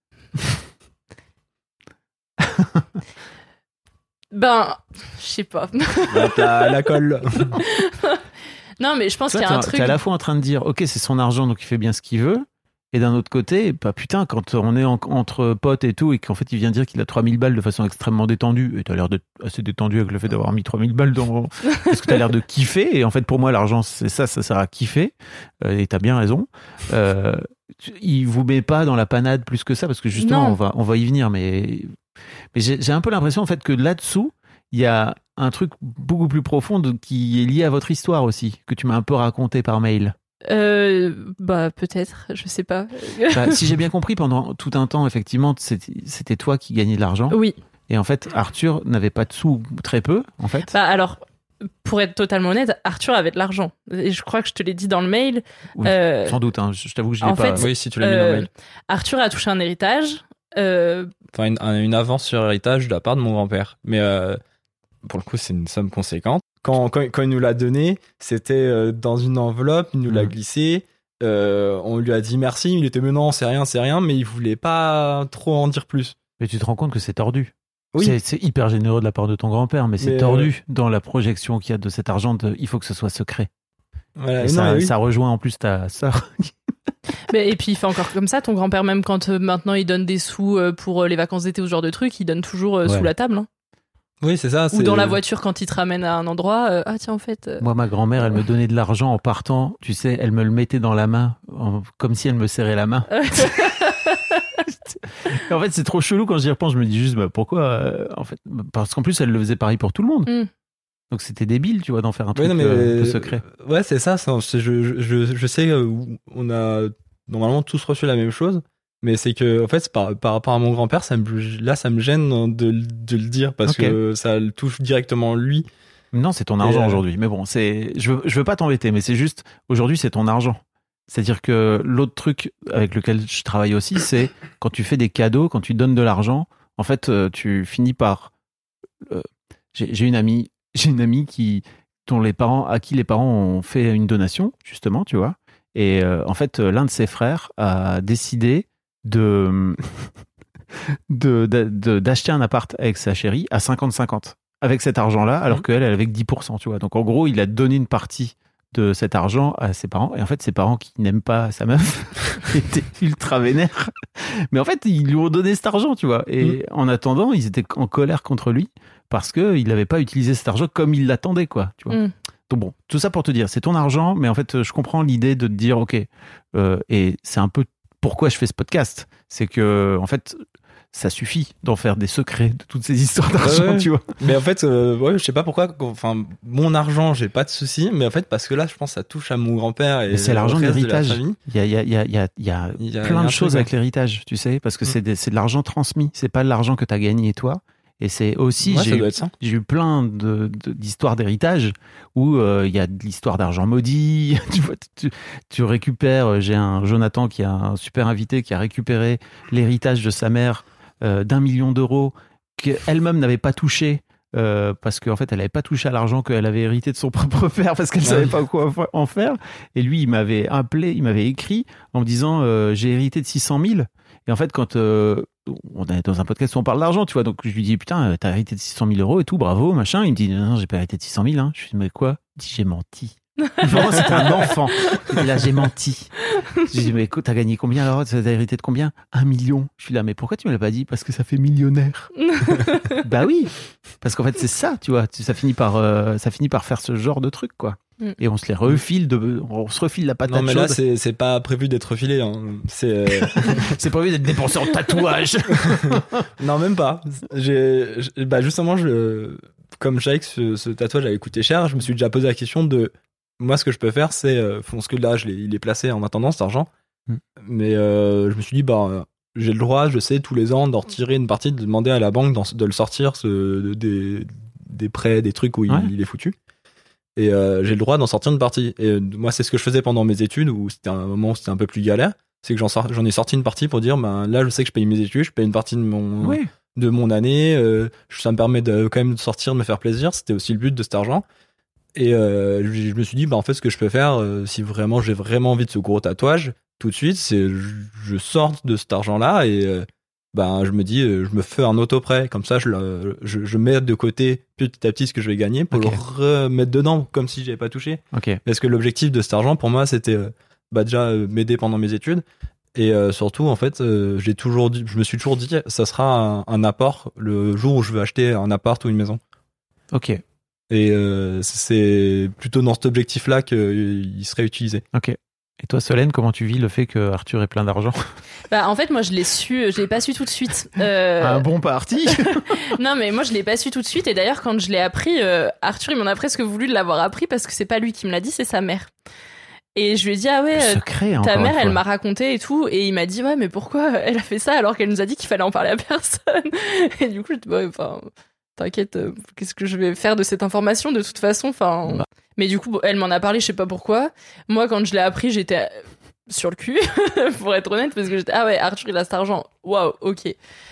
Je sais pas. La colle. Non, mais je pense qu'il y a un truc. T'es à la fois en train de dire, ok, c'est son argent, donc il fait bien ce qu'il veut. Et d'un autre côté, putain, quand on est entre potes et tout, et qu'en fait il vient dire qu'il a 3000 balles de façon extrêmement détendue, et t'as l'air d'être assez détendu avec le fait d'avoir mis 3000 balles parce que t'as l'air de kiffer, et en fait pour moi l'argent c'est ça sert à kiffer, et t'as bien raison. Il vous met pas dans la panade plus que ça, parce que justement on va y venir, mais j'ai un peu l'impression en fait que là-dessous, il y a un truc beaucoup plus profond qui est lié à votre histoire aussi, que tu m'as un peu raconté par mail. Peut-être, je sais pas. Si j'ai bien compris, pendant tout un temps, effectivement, c'était toi qui gagnais de l'argent. Oui. Et en fait, Arthur n'avait pas de sous, très peu, en fait. Alors, pour être totalement honnête, Arthur avait de l'argent. Et je crois que je te l'ai dit dans le mail. Oui, sans doute, hein. Je t'avoue que je l'ai pas. Oui, si tu l'as mis dans le mail. Arthur a touché un héritage. Une avance sur héritage de la part de mon grand-père. Mais pour le coup, c'est une somme conséquente. Quand il nous l'a donné, c'était dans une enveloppe, il nous l'a glissé, on lui a dit merci, il était mais non, c'est rien, mais il voulait pas trop en dire plus. Mais tu te rends compte que c'est tordu. Oui. C'est hyper généreux de la part de ton grand-père, mais c'est tordu dans la projection qu'il y a de cet argent, il faut que ce soit secret. Voilà, ça rejoint en plus ta sœur. Et puis il fait encore comme ça, ton grand-père, même quand maintenant il donne des sous pour les vacances d'été ou ce genre de trucs, il donne toujours sous la table. Hein. Oui, c'est ça. Ou dans la voiture quand il te ramène à un endroit. Tiens, en fait. Moi, ma grand-mère, elle me donnait de l'argent en partant. Tu sais, elle me le mettait dans la main, comme si elle me serrait la main. En fait, c'est trop chelou quand j'y repense. Je me dis juste, pourquoi en fait, parce qu'en plus, elle le faisait pareil pour tout le monde. Donc c'était débile, tu vois, d'en faire un truc un peu secret. Ouais, c'est ça. Je sais qu'on a normalement tous reçu la même chose. Mais c'est que, en fait, par rapport à mon grand-père, ça me gêne de le dire parce que ça le touche directement lui. Non, c'est ton argent aujourd'hui. Mais bon, je veux pas t'embêter, mais c'est juste, aujourd'hui, c'est ton argent. C'est-à-dire que l'autre truc avec lequel je travaille aussi, c'est quand tu fais des cadeaux, quand tu donnes de l'argent, en fait, tu finis par... J'ai une amie à qui les parents ont fait une donation, justement, tu vois. Et en fait, l'un de ses frères a décidé d'acheter un appart avec sa chérie à 50-50. avec cet argent-là, alors qu'elle avait que 10%, tu vois. Donc, en gros, il a donné une partie de cet argent à ses parents. Et en fait, ses parents qui n'aiment pas sa meuf étaient ultra vénères. Mais en fait, ils lui ont donné cet argent, tu vois. Et en attendant, ils étaient en colère contre lui parce qu'il n'avait pas utilisé cet argent comme il l'attendait, quoi, tu vois. Donc bon, tout ça pour te dire, c'est ton argent, mais en fait, je comprends l'idée de te dire, ok, et c'est un peu pourquoi je fais ce podcast. C'est que, en fait, ça suffit d'en faire des secrets de toutes ces histoires d'argent, tu vois. Mais en fait, je sais pas pourquoi. Enfin, mon argent, j'ai pas de souci, mais en fait, parce que là, je pense que ça touche à mon grand-père et c'est l'argent de l'héritage. Il y a plein de choses avec l'héritage, tu sais, parce que c'est de l'argent transmis. C'est pas l'argent que t'as gagné toi. Et c'est aussi, j'ai eu plein d'histoires d'héritage où il y a de l'histoire d'argent maudit. Tu vois, tu récupères. J'ai un Jonathan qui a un super invité qui a récupéré l'héritage de sa mère d'1 million d'euros qu'elle-même n'avait pas touché parce qu'en fait elle n'avait pas touché à l'argent qu'elle avait hérité de son propre père parce qu'elle savait pas quoi en faire. Et lui, il m'avait appelé, il m'avait écrit en me disant j'ai hérité de 600 000. Et en fait, quand on est dans un podcast où on parle d'argent, tu vois, donc je lui dis putain, t'as hérité de 600 000 euros et tout, bravo, machin. Il me dit non, j'ai pas hérité de 600 000. Hein. Je lui dis mais quoi? Il dit j'ai menti. Vraiment, c'était un enfant. Il dit là, j'ai menti. Je lui dis mais écoute, t'as gagné combien alors? T'as hérité de combien? 1 million. Je suis là, mais pourquoi tu me l'as pas dit? Parce que ça fait millionnaire. Bah oui, parce qu'en fait c'est ça, tu vois, ça finit par faire ce genre de truc, quoi. Et on se les refile, on se refile la patate chaude. Non mais là c'est pas prévu d'être refilé. Hein. C'est prévu d'être dépensé en tatouage. Non même pas. Justement comme je savais que ce tatouage avait coûté cher, je me suis déjà posé la question de moi ce que je peux faire c'est parce que là il est placé en attendant cet argent. Mais je me suis dit j'ai le droit, je sais, tous les ans d'en retirer une partie, de demander à la banque de le sortir des prêts, des trucs où il est foutu. Et j'ai le droit d'en sortir une partie. Et moi, c'est ce que je faisais pendant mes études, où c'était un moment où c'était un peu plus galère. C'est que j'en ai sorti une partie pour dire, là, je sais que je paye mes études, je paye une partie de mon année. Ça me permet quand même de sortir, de me faire plaisir. C'était aussi le but de cet argent. Et je me suis dit, en fait, ce que je peux faire, si vraiment j'ai vraiment envie de ce gros tatouage, tout de suite, c'est je sors de cet argent-là et je me dis, je me fais un auto-prêt. Comme ça, je mets de côté petit à petit ce que je vais gagner pour le remettre dedans, comme si j'avais pas touché. Parce que l'objectif de cet argent, pour moi, c'était déjà m'aider pendant mes études. Et surtout, en fait, je me suis toujours dit, ça sera un apport le jour où je veux acheter un appart ou une maison. Ok. Et c'est plutôt dans cet objectif-là qu'il serait utilisé. Ok. Et toi, Solène, comment tu vis le fait que Arthur ait plein d'argent? En fait, moi, je l'ai pas su tout de suite. Un bon parti. Non, mais moi, je l'ai pas su tout de suite. Et d'ailleurs, quand je l'ai appris, Arthur, il m'en a presque voulu de l'avoir appris parce que c'est pas lui qui me l'a dit, c'est sa mère. Et je lui ai dit, secret, ta mère, elle m'a raconté et tout. Et il m'a dit, mais pourquoi elle a fait ça alors qu'elle nous a dit qu'il fallait en parler à personne? Et du coup, je dis, t'inquiète, qu'est-ce que je vais faire de cette information de toute façon? Mais du coup, elle m'en a parlé, je sais pas pourquoi. Moi, quand je l'ai appris, j'étais sur le cul, pour être honnête, parce que j'étais, Arthur, il a cet argent. Waouh, ok.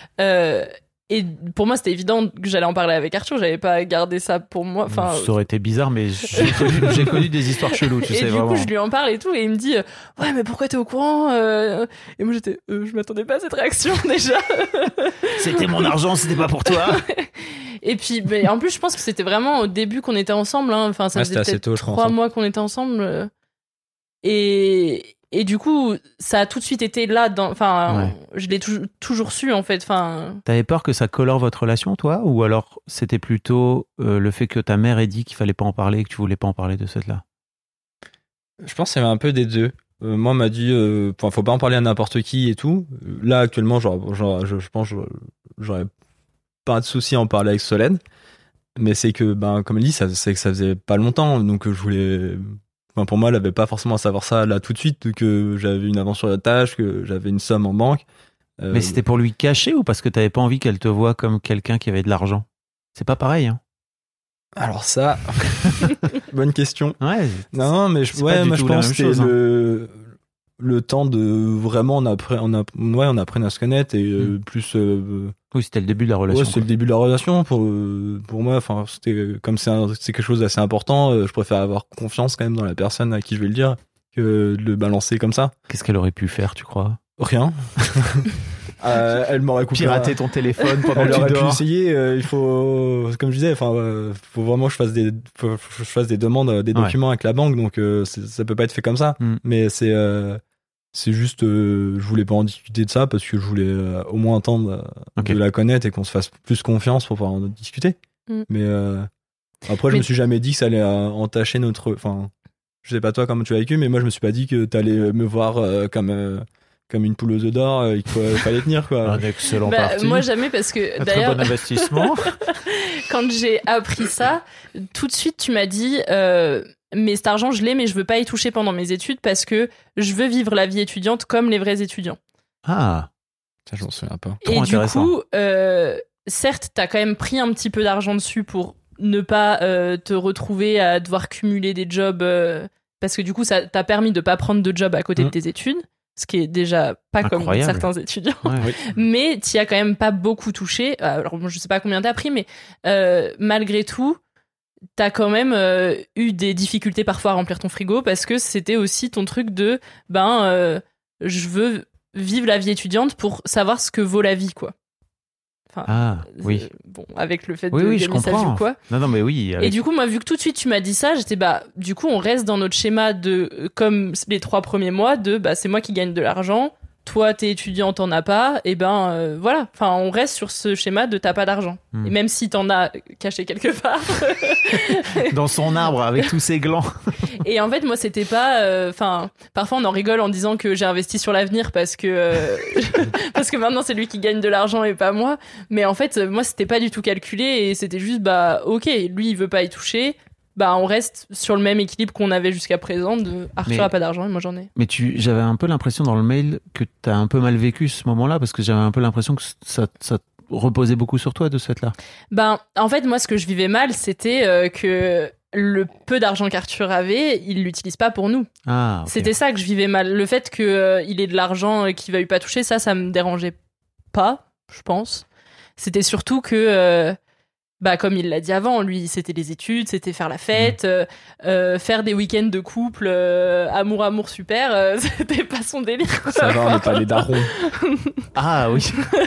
Et pour moi, c'était évident que j'allais en parler avec Arthur, j'avais pas gardé ça pour moi. Ça aurait été bizarre, mais j'ai connu des histoires cheloues, tu sais, vraiment. Et du coup, je lui en parle et tout, et il me dit, ouais, mais pourquoi t'es au courant? Et moi, j'étais, je m'attendais pas à cette réaction, déjà. C'était mon argent, c'était pas pour toi. Et puis, en plus, je pense que c'était vraiment au début qu'on était ensemble, hein. Enfin, ça faisait peut-être 3 mois qu'on était ensemble. Et du coup, ça a tout de suite été là. Je l'ai toujours su, en fait. T'avais peur que ça colore votre relation, toi? Ou alors c'était plutôt le fait que ta mère ait dit qu'il fallait pas en parler et que tu voulais pas en parler de celle-là? Je pense qu'il y avait un peu des deux. Moi, on m'a dit, faut pas en parler à n'importe qui et tout. Là, actuellement, je pense que j'aurais pas de souci à en parler avec Solène. Mais c'est que, comme elle dit, c'est que ça faisait pas longtemps. Donc, je voulais... pour moi, elle avait pas forcément à savoir ça là tout de suite, que j'avais une avance sur la tâche, que j'avais une somme en banque. Mais c'était pour lui cacher ou parce que t'avais pas envie qu'elle te voie comme quelqu'un qui avait de l'argent? C'est pas pareil, hein? Alors ça, bonne question. Ouais. Non, mais moi je pense que c'était le temps de vraiment on apprenne à se connaître et plus. Oui, c'était le début de la relation. Ouais, c'était le début de la relation pour moi. Enfin, c'était comme c'est quelque chose d'assez important. Je préfère avoir confiance quand même dans la personne à qui je vais le dire que de le balancer comme ça. Qu'est-ce qu'elle aurait pu faire, tu crois? Rien. Elle m'aurait coupé. Pirater ton téléphone pendant Elle que tu aurait pu dors. essayer. Il faut, comme je disais, faut vraiment que je fasse des demandes, des documents avec la banque. Donc ça peut pas être fait comme ça. Mais c'est juste, je voulais pas en discuter de ça parce que je voulais au moins entendre de la connaître et qu'on se fasse plus confiance pour pouvoir en discuter. Mais après, je me suis jamais dit que ça allait entacher notre. Enfin, je sais pas toi comment tu as vécu, mais moi je me suis pas dit que t'allais me voir comme une poule aux œufs d'or et qu'il fallait tenir quoi. Un excellent parti. Moi jamais parce que Un d'ailleurs très bon investissement. quand j'ai appris ça, tout de suite tu m'as dit mais cet argent je l'ai mais je veux pas y toucher pendant mes études parce que je veux vivre la vie étudiante comme les vrais étudiants. Ah. Ça j'en souviens pas. Et Trop du intéressant. coup certes t'as quand même pris un petit peu d'argent dessus pour ne pas te retrouver à devoir cumuler des jobs parce que du coup ça t'a permis de pas prendre de job à côté de tes études, ce qui est déjà pas Incroyable. comme certains étudiants. Ouais. Mais t'y as quand même pas beaucoup touché. Alors moi, je sais pas combien t'as pris, mais malgré tout t'as quand même eu des difficultés parfois à remplir ton frigo parce que c'était aussi ton truc de je veux vivre la vie étudiante pour savoir ce que vaut la vie quoi. Enfin, oui. Bon, avec le fait Oui, de oui, je gagner sa vie comprends. ou quoi. Non, mais oui. Et du coup, moi, vu que tout de suite tu m'as dit ça, j'étais du coup, on reste dans notre schéma de, comme les 3 premiers mois, c'est moi qui gagne de l'argent, toi, t'es étudiant, t'en as pas, et voilà. Enfin, on reste sur ce schéma de t'as pas d'argent. Et même si t'en as caché quelque part. Dans son arbre avec tous ses glands. Et en fait, moi, c'était pas. Parfois, on en rigole en disant que j'ai investi sur l'avenir parce que parce que maintenant c'est lui qui gagne de l'argent et pas moi. Mais en fait, moi, c'était pas du tout calculé et c'était juste ok, lui, il veut pas y toucher. On reste sur le même équilibre qu'on avait jusqu'à présent de Arthur a pas d'argent et moi j'en ai. Mais j'avais un peu l'impression dans le mail que t'as un peu mal vécu ce moment-là parce que j'avais un peu l'impression que ça reposait beaucoup sur toi de ce fait-là. En fait, moi, ce que je vivais mal, c'était que le peu d'argent qu'Arthur avait, il l'utilise pas pour nous. Ah, okay. C'était ça que je vivais mal. Le fait qu'il ait de l'argent et qu'il veuille pas toucher, ça me dérangeait pas, je pense. C'était surtout que, comme il l'a dit avant, lui, c'était les études, c'était faire la fête, faire des week-ends de couple, amour super, c'était pas son délire. Quoi. Ça va, on n'est pas des darons. Ah oui.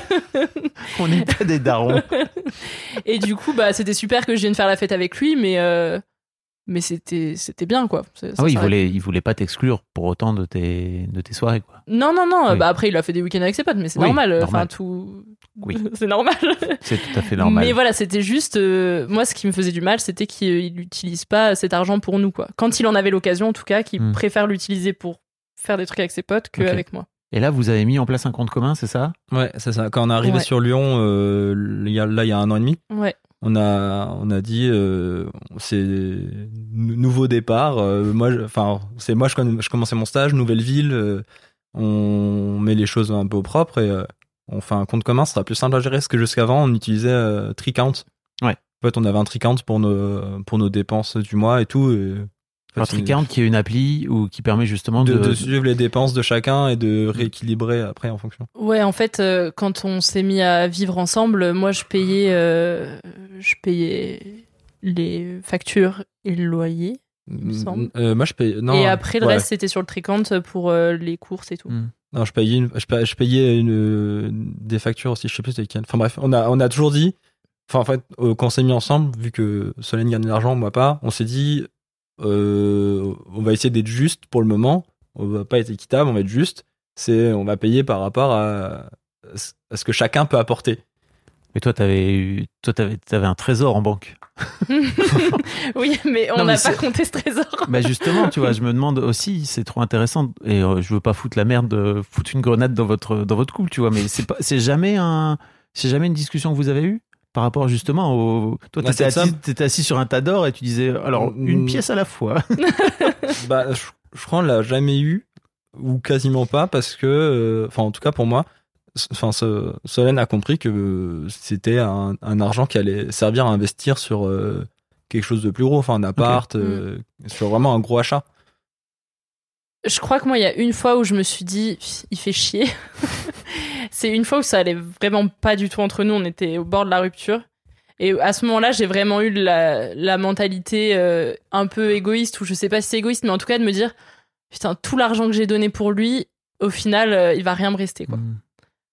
On n'est pas des darons. Et du coup, c'était super que je vienne faire la fête avec lui, mais c'était bien quoi. Il voulait pas t'exclure pour autant de tes soirées quoi. Non. Oui. Après il a fait des week-ends avec ses potes, mais c'est normal. Enfin Oui. C'est normal. C'est tout à fait normal. Mais voilà, c'était juste moi ce qui me faisait du mal, c'était qu'il n'utilise pas cet argent pour nous quoi. Quand il en avait l'occasion en tout cas, qu'il préfère l'utiliser pour faire des trucs avec ses potes qu'avec moi. Et là, vous avez mis en place un compte commun, c'est ça ? Ouais, c'est ça. Quand on est arrivé sur Lyon, il y a 1 an et demi. Ouais. On a dit c'est nouveau départ. Je commençais mon stage, nouvelle ville. On met les choses un peu au propre et on fait un compte commun. Ce sera plus simple à gérer parce que jusqu'avant on utilisait Tricount. Ouais. En fait, on avait un Tricount pour nos dépenses du mois et tout. Un Tricount qui est une appli ou qui permet justement de suivre les dépenses de chacun et de rééquilibrer après en fonction. Ouais, en fait, quand on s'est mis à vivre ensemble, moi je payais les factures et le loyer, il me semble. Moi je payais. Non. Et après le reste c'était sur le Tricount pour les courses et tout. Non, je payais des factures aussi, je sais plus c'était lesquelles. Enfin bref, on a toujours dit. Enfin en fait, quand on s'est mis ensemble, vu que Solène gagne de l'argent, moi pas, on s'est dit. On va essayer d'être juste pour le moment. On va pas être équitable, on va être juste. On va payer par rapport à ce que chacun peut apporter. Mais toi, t'avais un trésor en banque. Oui, mais on n'a pas compté ce trésor. Bah justement, tu vois, je me demande aussi, c'est trop intéressant. Et je veux pas foutre la merde, foutre une grenade dans votre couple, tu vois. Mais c'est jamais une discussion que vous avez eue. Par rapport justement au... Toi, t'étais assis sur un tas d'or et tu disais, alors, une pièce à la fois. Je crois qu'on l'a jamais eu, ou quasiment pas, parce que, en tout cas pour moi, Solène a compris que c'était un argent qui allait servir à investir sur quelque chose de plus gros, un appart, sur vraiment un gros achat. Je crois que moi, il y a une fois où je me suis dit, il fait chier. C'est une fois où ça allait vraiment pas du tout entre nous, on était au bord de la rupture. Et à ce moment-là, j'ai vraiment eu la mentalité un peu égoïste, ou je sais pas si c'est égoïste, mais en tout cas de me dire, putain, tout l'argent que j'ai donné pour lui, au final, il va rien me rester, quoi.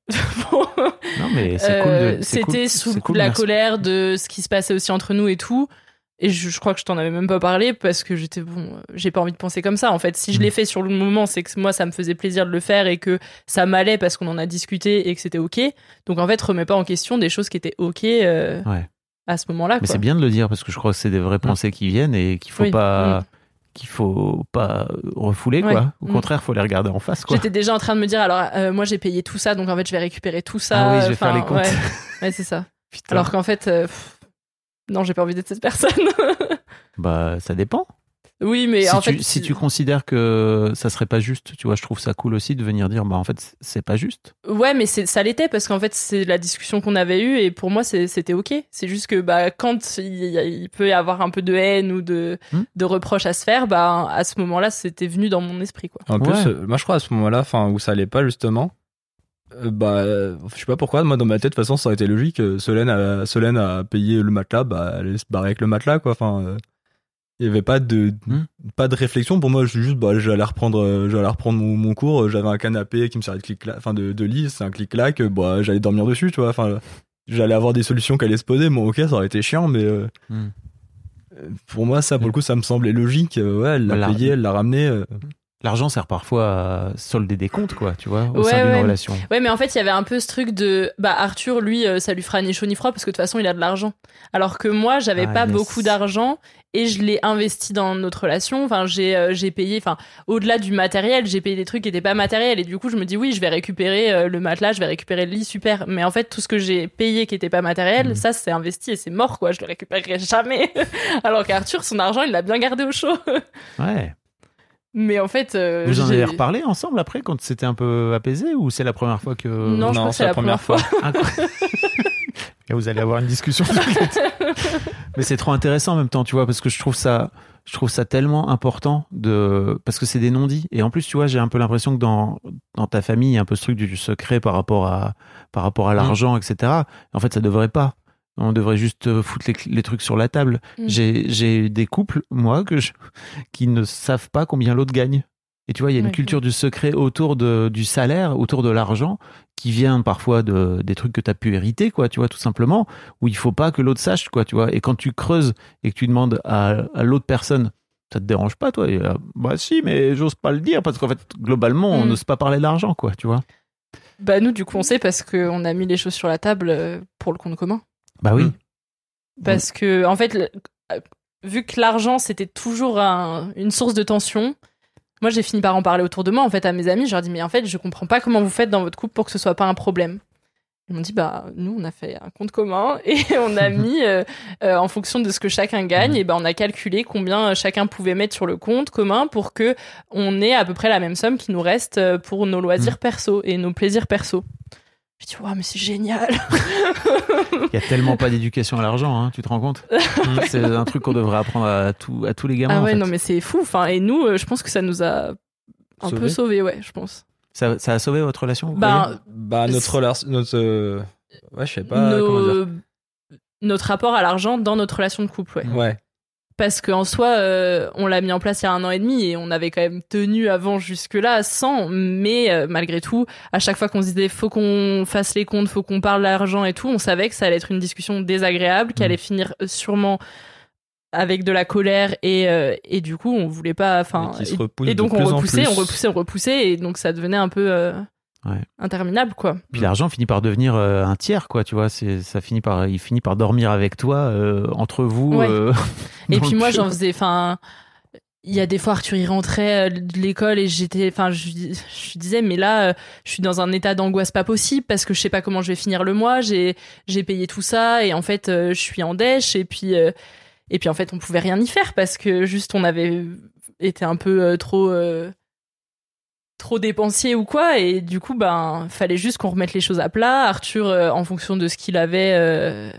Bon. Non, mais c'est cool. C'était sous le coup de cool, la merci. colère, de ce qui se passait aussi entre nous et tout. Et je crois que je t'en avais même pas parlé parce que j'étais j'ai pas envie de penser comme ça. En fait, si je l'ai fait sur le moment, c'est que moi, ça me faisait plaisir de le faire et que ça m'allait parce qu'on en a discuté et que c'était ok. Donc en fait, remets pas en question des choses qui étaient ok à ce moment-là. Mais Quoi. c'est bien de le dire parce que je crois que c'est des vraies pensées qui viennent et qu'il faut Oui. qu'il faut pas refouler, Ouais. quoi. Au contraire, faut les regarder en face, quoi. J'étais déjà en train de me dire, alors moi j'ai payé tout ça, donc en fait je vais récupérer tout ça. Ah oui, je vais faire les comptes. Ouais, c'est ça. Putain. Alors qu'en fait, non, j'ai pas envie d'être cette personne. Bah, ça dépend. Oui, mais Si tu considères que ça serait pas juste, tu vois, je trouve ça cool aussi de venir dire, bah en fait, c'est pas juste. Ouais, mais ça l'était parce qu'en fait, c'est la discussion qu'on avait eue et pour moi, c'était ok. C'est juste que bah, quand il peut y avoir un peu de haine ou de reproches à se faire, bah, à ce moment-là, c'était venu dans mon esprit, quoi. En plus, moi je crois à ce moment-là, où ça allait pas justement, je sais pas pourquoi, moi dans ma tête, de toute façon, ça aurait été logique. Solène a payé le matelas, bah elle allait se barrer avec le matelas, quoi. Il y avait pas de réflexion pour moi. J'allais reprendre mon cours. J'avais un canapé qui me servait de lit. C'est un clic-clac. J'allais dormir dessus, tu vois. J'allais avoir des solutions qui allaient se poser. Bon, ok, ça aurait été chiant, mais pour moi, ça, pour le coup, ça me semblait logique. Elle l'a payé, elle l'a ramené. L'argent sert parfois à solder des comptes, quoi, tu vois, au Ouais, sein d'une ouais. relation. Ouais, mais en fait, il y avait un peu ce truc de, Arthur, lui, ça lui fera ni chaud ni froid parce que de toute façon, il a de l'argent. Alors que moi, j'avais pas beaucoup d'argent et je l'ai investi dans notre relation. J'ai payé, au-delà du matériel, j'ai payé des trucs qui étaient pas matériels et du coup, je me dis oui, je vais récupérer le matelas, je vais récupérer le lit, super. Mais en fait, tout ce que j'ai payé qui était pas matériel, ça, c'est investi et c'est mort, quoi. Je le récupérerai jamais. Alors qu'Arthur, son argent, il l'a bien gardé au chaud. Ouais. Mais en fait, vous en avez reparlé ensemble après quand c'était un peu apaisé ou c'est la première fois que Non, je crois que c'est la première fois. Et vous allez avoir une discussion. Mais c'est trop intéressant en même temps, tu vois, parce que je trouve ça tellement important parce que c'est des non-dits. Et en plus, tu vois, j'ai un peu l'impression que dans ta famille, il y a un peu ce truc du secret par rapport à l'argent, etc. En fait, ça devrait pas. On devrait juste foutre les trucs sur la table. J'ai des couples, moi, qui ne savent pas combien l'autre gagne. Et tu vois, il y a une culture du secret autour du salaire, autour de l'argent, qui vient parfois des trucs que tu as pu hériter, quoi, tu vois, tout simplement, où il faut pas que l'autre sache, quoi, tu vois. Et quand tu creuses et que tu demandes à l'autre personne, ça te dérange pas, toi? Et, bah si, mais j'ose pas le dire, parce qu'en fait, globalement, on n'ose pas parler d'argent, quoi, tu vois. Bah nous, du coup, on sait parce qu'on a mis les choses sur la table pour le compte commun. Bah oui. Parce que, en fait, vu que l'argent, c'était toujours une source de tension, moi, j'ai fini par en parler autour de moi, en fait, à mes amis. Je leur dis, mais en fait, je comprends pas comment vous faites dans votre couple pour que ce soit pas un problème. Ils m'ont dit, nous, on a fait un compte commun et on a mis, en fonction de ce que chacun gagne, et on a calculé combien chacun pouvait mettre sur le compte commun pour que on ait à peu près la même somme qui nous reste pour nos loisirs perso et nos plaisirs perso. Je dis, mais c'est génial! Il y a tellement pas d'éducation à l'argent, hein, tu te rends compte? C'est un truc qu'on devrait apprendre à tous les gamins. Ah ouais, en fait. non, mais c'est fou. Et nous, je pense que ça nous a un peu sauvés, ouais, je pense. Ça a sauvé votre relation? Notre relation, ouais, je sais pas comment dire. Notre rapport à l'argent dans notre relation de couple, ouais. Ouais. Parce qu'en soi, on l'a mis en place il y a 1 an et demi et on avait quand même tenu avant jusque-là sans, mais malgré tout, à chaque fois qu'on se disait faut qu'on fasse les comptes, faut qu'on parle d'argent et tout, on savait que ça allait être une discussion désagréable, qui allait finir sûrement avec de la colère et du coup on voulait pas, et donc on repoussait et donc ça devenait un peu interminable, quoi. Puis l'argent finit par devenir un tiers, quoi, tu vois, il finit par dormir avec toi entre vous. Ouais. Et puis moi j'en faisais, il y a des fois Arthur il rentrait de l'école et je disais mais là je suis dans un état d'angoisse pas possible parce que je sais pas comment je vais finir le mois, j'ai payé tout ça et en fait je suis en dèche et puis en fait on pouvait rien y faire parce que juste on avait été un peu trop dépensier ou quoi, et du coup fallait juste qu'on remette les choses à plat. Arthur en fonction de ce qu'il avait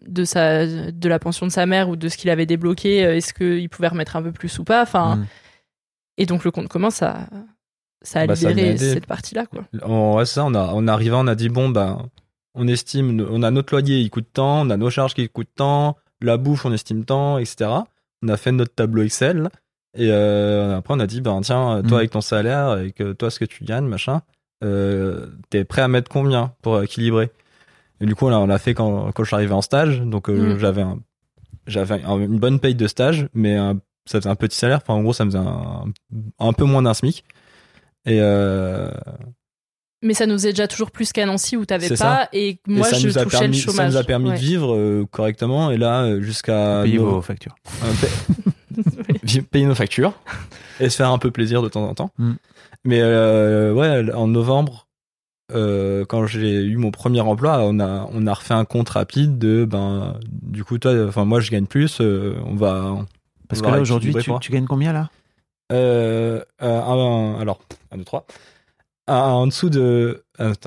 de la pension de sa mère ou de ce qu'il avait débloqué, est-ce qu'il pouvait remettre un peu plus ou pas, et donc le compte commun ça a libéré cette partie-là, quoi. Ouais, c'est ça, on arrivait, on a dit on estime, on a notre loyer, il coûte tant, on a nos charges qui coûtent tant, la bouffe on estime tant, etc. On a fait notre tableau Excel. Et après on a dit tiens, toi avec ton salaire, avec toi ce que tu gagnes, machin, t'es prêt à mettre combien pour équilibrer? Et du coup, on l'a fait quand je suis arrivé en stage. Donc, j'avais une bonne paye de stage, mais ça faisait un petit salaire. Enfin, en gros, ça me faisait un peu moins d'un SMIC. Et mais ça nous est déjà toujours plus qu'à Nancy où t'avais c'est pas. ça. Et moi, je touchais le chômage. Ça nous a permis de vivre correctement. Et là, jusqu'à Payer vos factures. Payer nos factures et se faire un peu plaisir de temps en temps. Mais en novembre, quand j'ai eu mon premier emploi, on a refait un compte rapide de du coup toi, enfin moi je gagne plus, on va. Parce que là aujourd'hui tu gagnes combien là? Alors 1, 2, 3. En dessous de.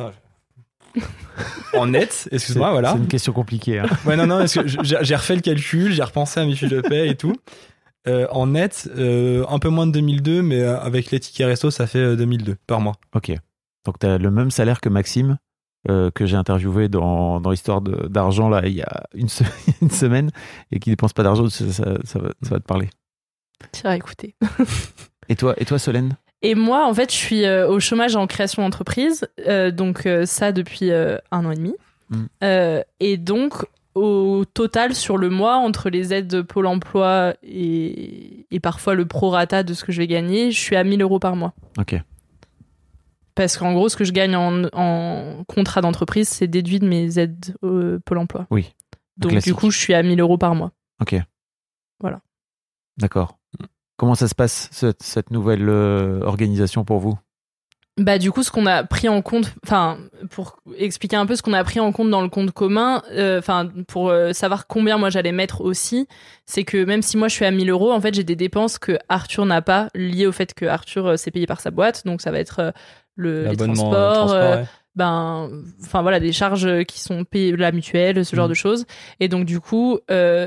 En net, excuse-moi, voilà. C'est une question compliquée. Hein. Ouais, non, parce que j'ai refait le calcul, j'ai repensé à mes fiches de paie et tout. En net, un peu moins de 2002, mais avec les tickets resto, ça fait 2002 par mois. Ok. Donc, tu as le même salaire que Maxime, que j'ai interviewé dans l'histoire d'argent là, il y a une semaine, et qui ne dépense pas d'argent, ça va te parler. Tu vas écouter. Et toi, Solène? Et moi, en fait, je suis au chômage en création d'entreprise, donc ça depuis 1 an et demi. Et donc, au total, sur le mois, entre les aides de Pôle emploi et parfois le prorata de ce que je vais gagner, je suis à 1 000 € par mois. Ok. Parce qu'en gros, ce que je gagne en contrat d'entreprise, c'est déduit de mes aides au Pôle emploi. Oui. Donc, classique. du coup, je suis à 1 000 € par mois. Ok. Voilà. D'accord. Comment ça se passe, cette nouvelle organisation pour vous? Bah, du coup, ce qu'on a pris en compte, enfin, pour expliquer un peu ce qu'on a pris en compte dans le compte commun, enfin, pour savoir combien moi j'allais mettre aussi, c'est que même si moi je suis à 1 000 €, en fait, j'ai des dépenses que Arthur n'a pas, liées au fait que Arthur s'est payé par sa boîte, donc ça va être les transports, ouais. enfin voilà, des charges qui sont payées, la mutuelle, ce genre de choses. Et donc, du coup,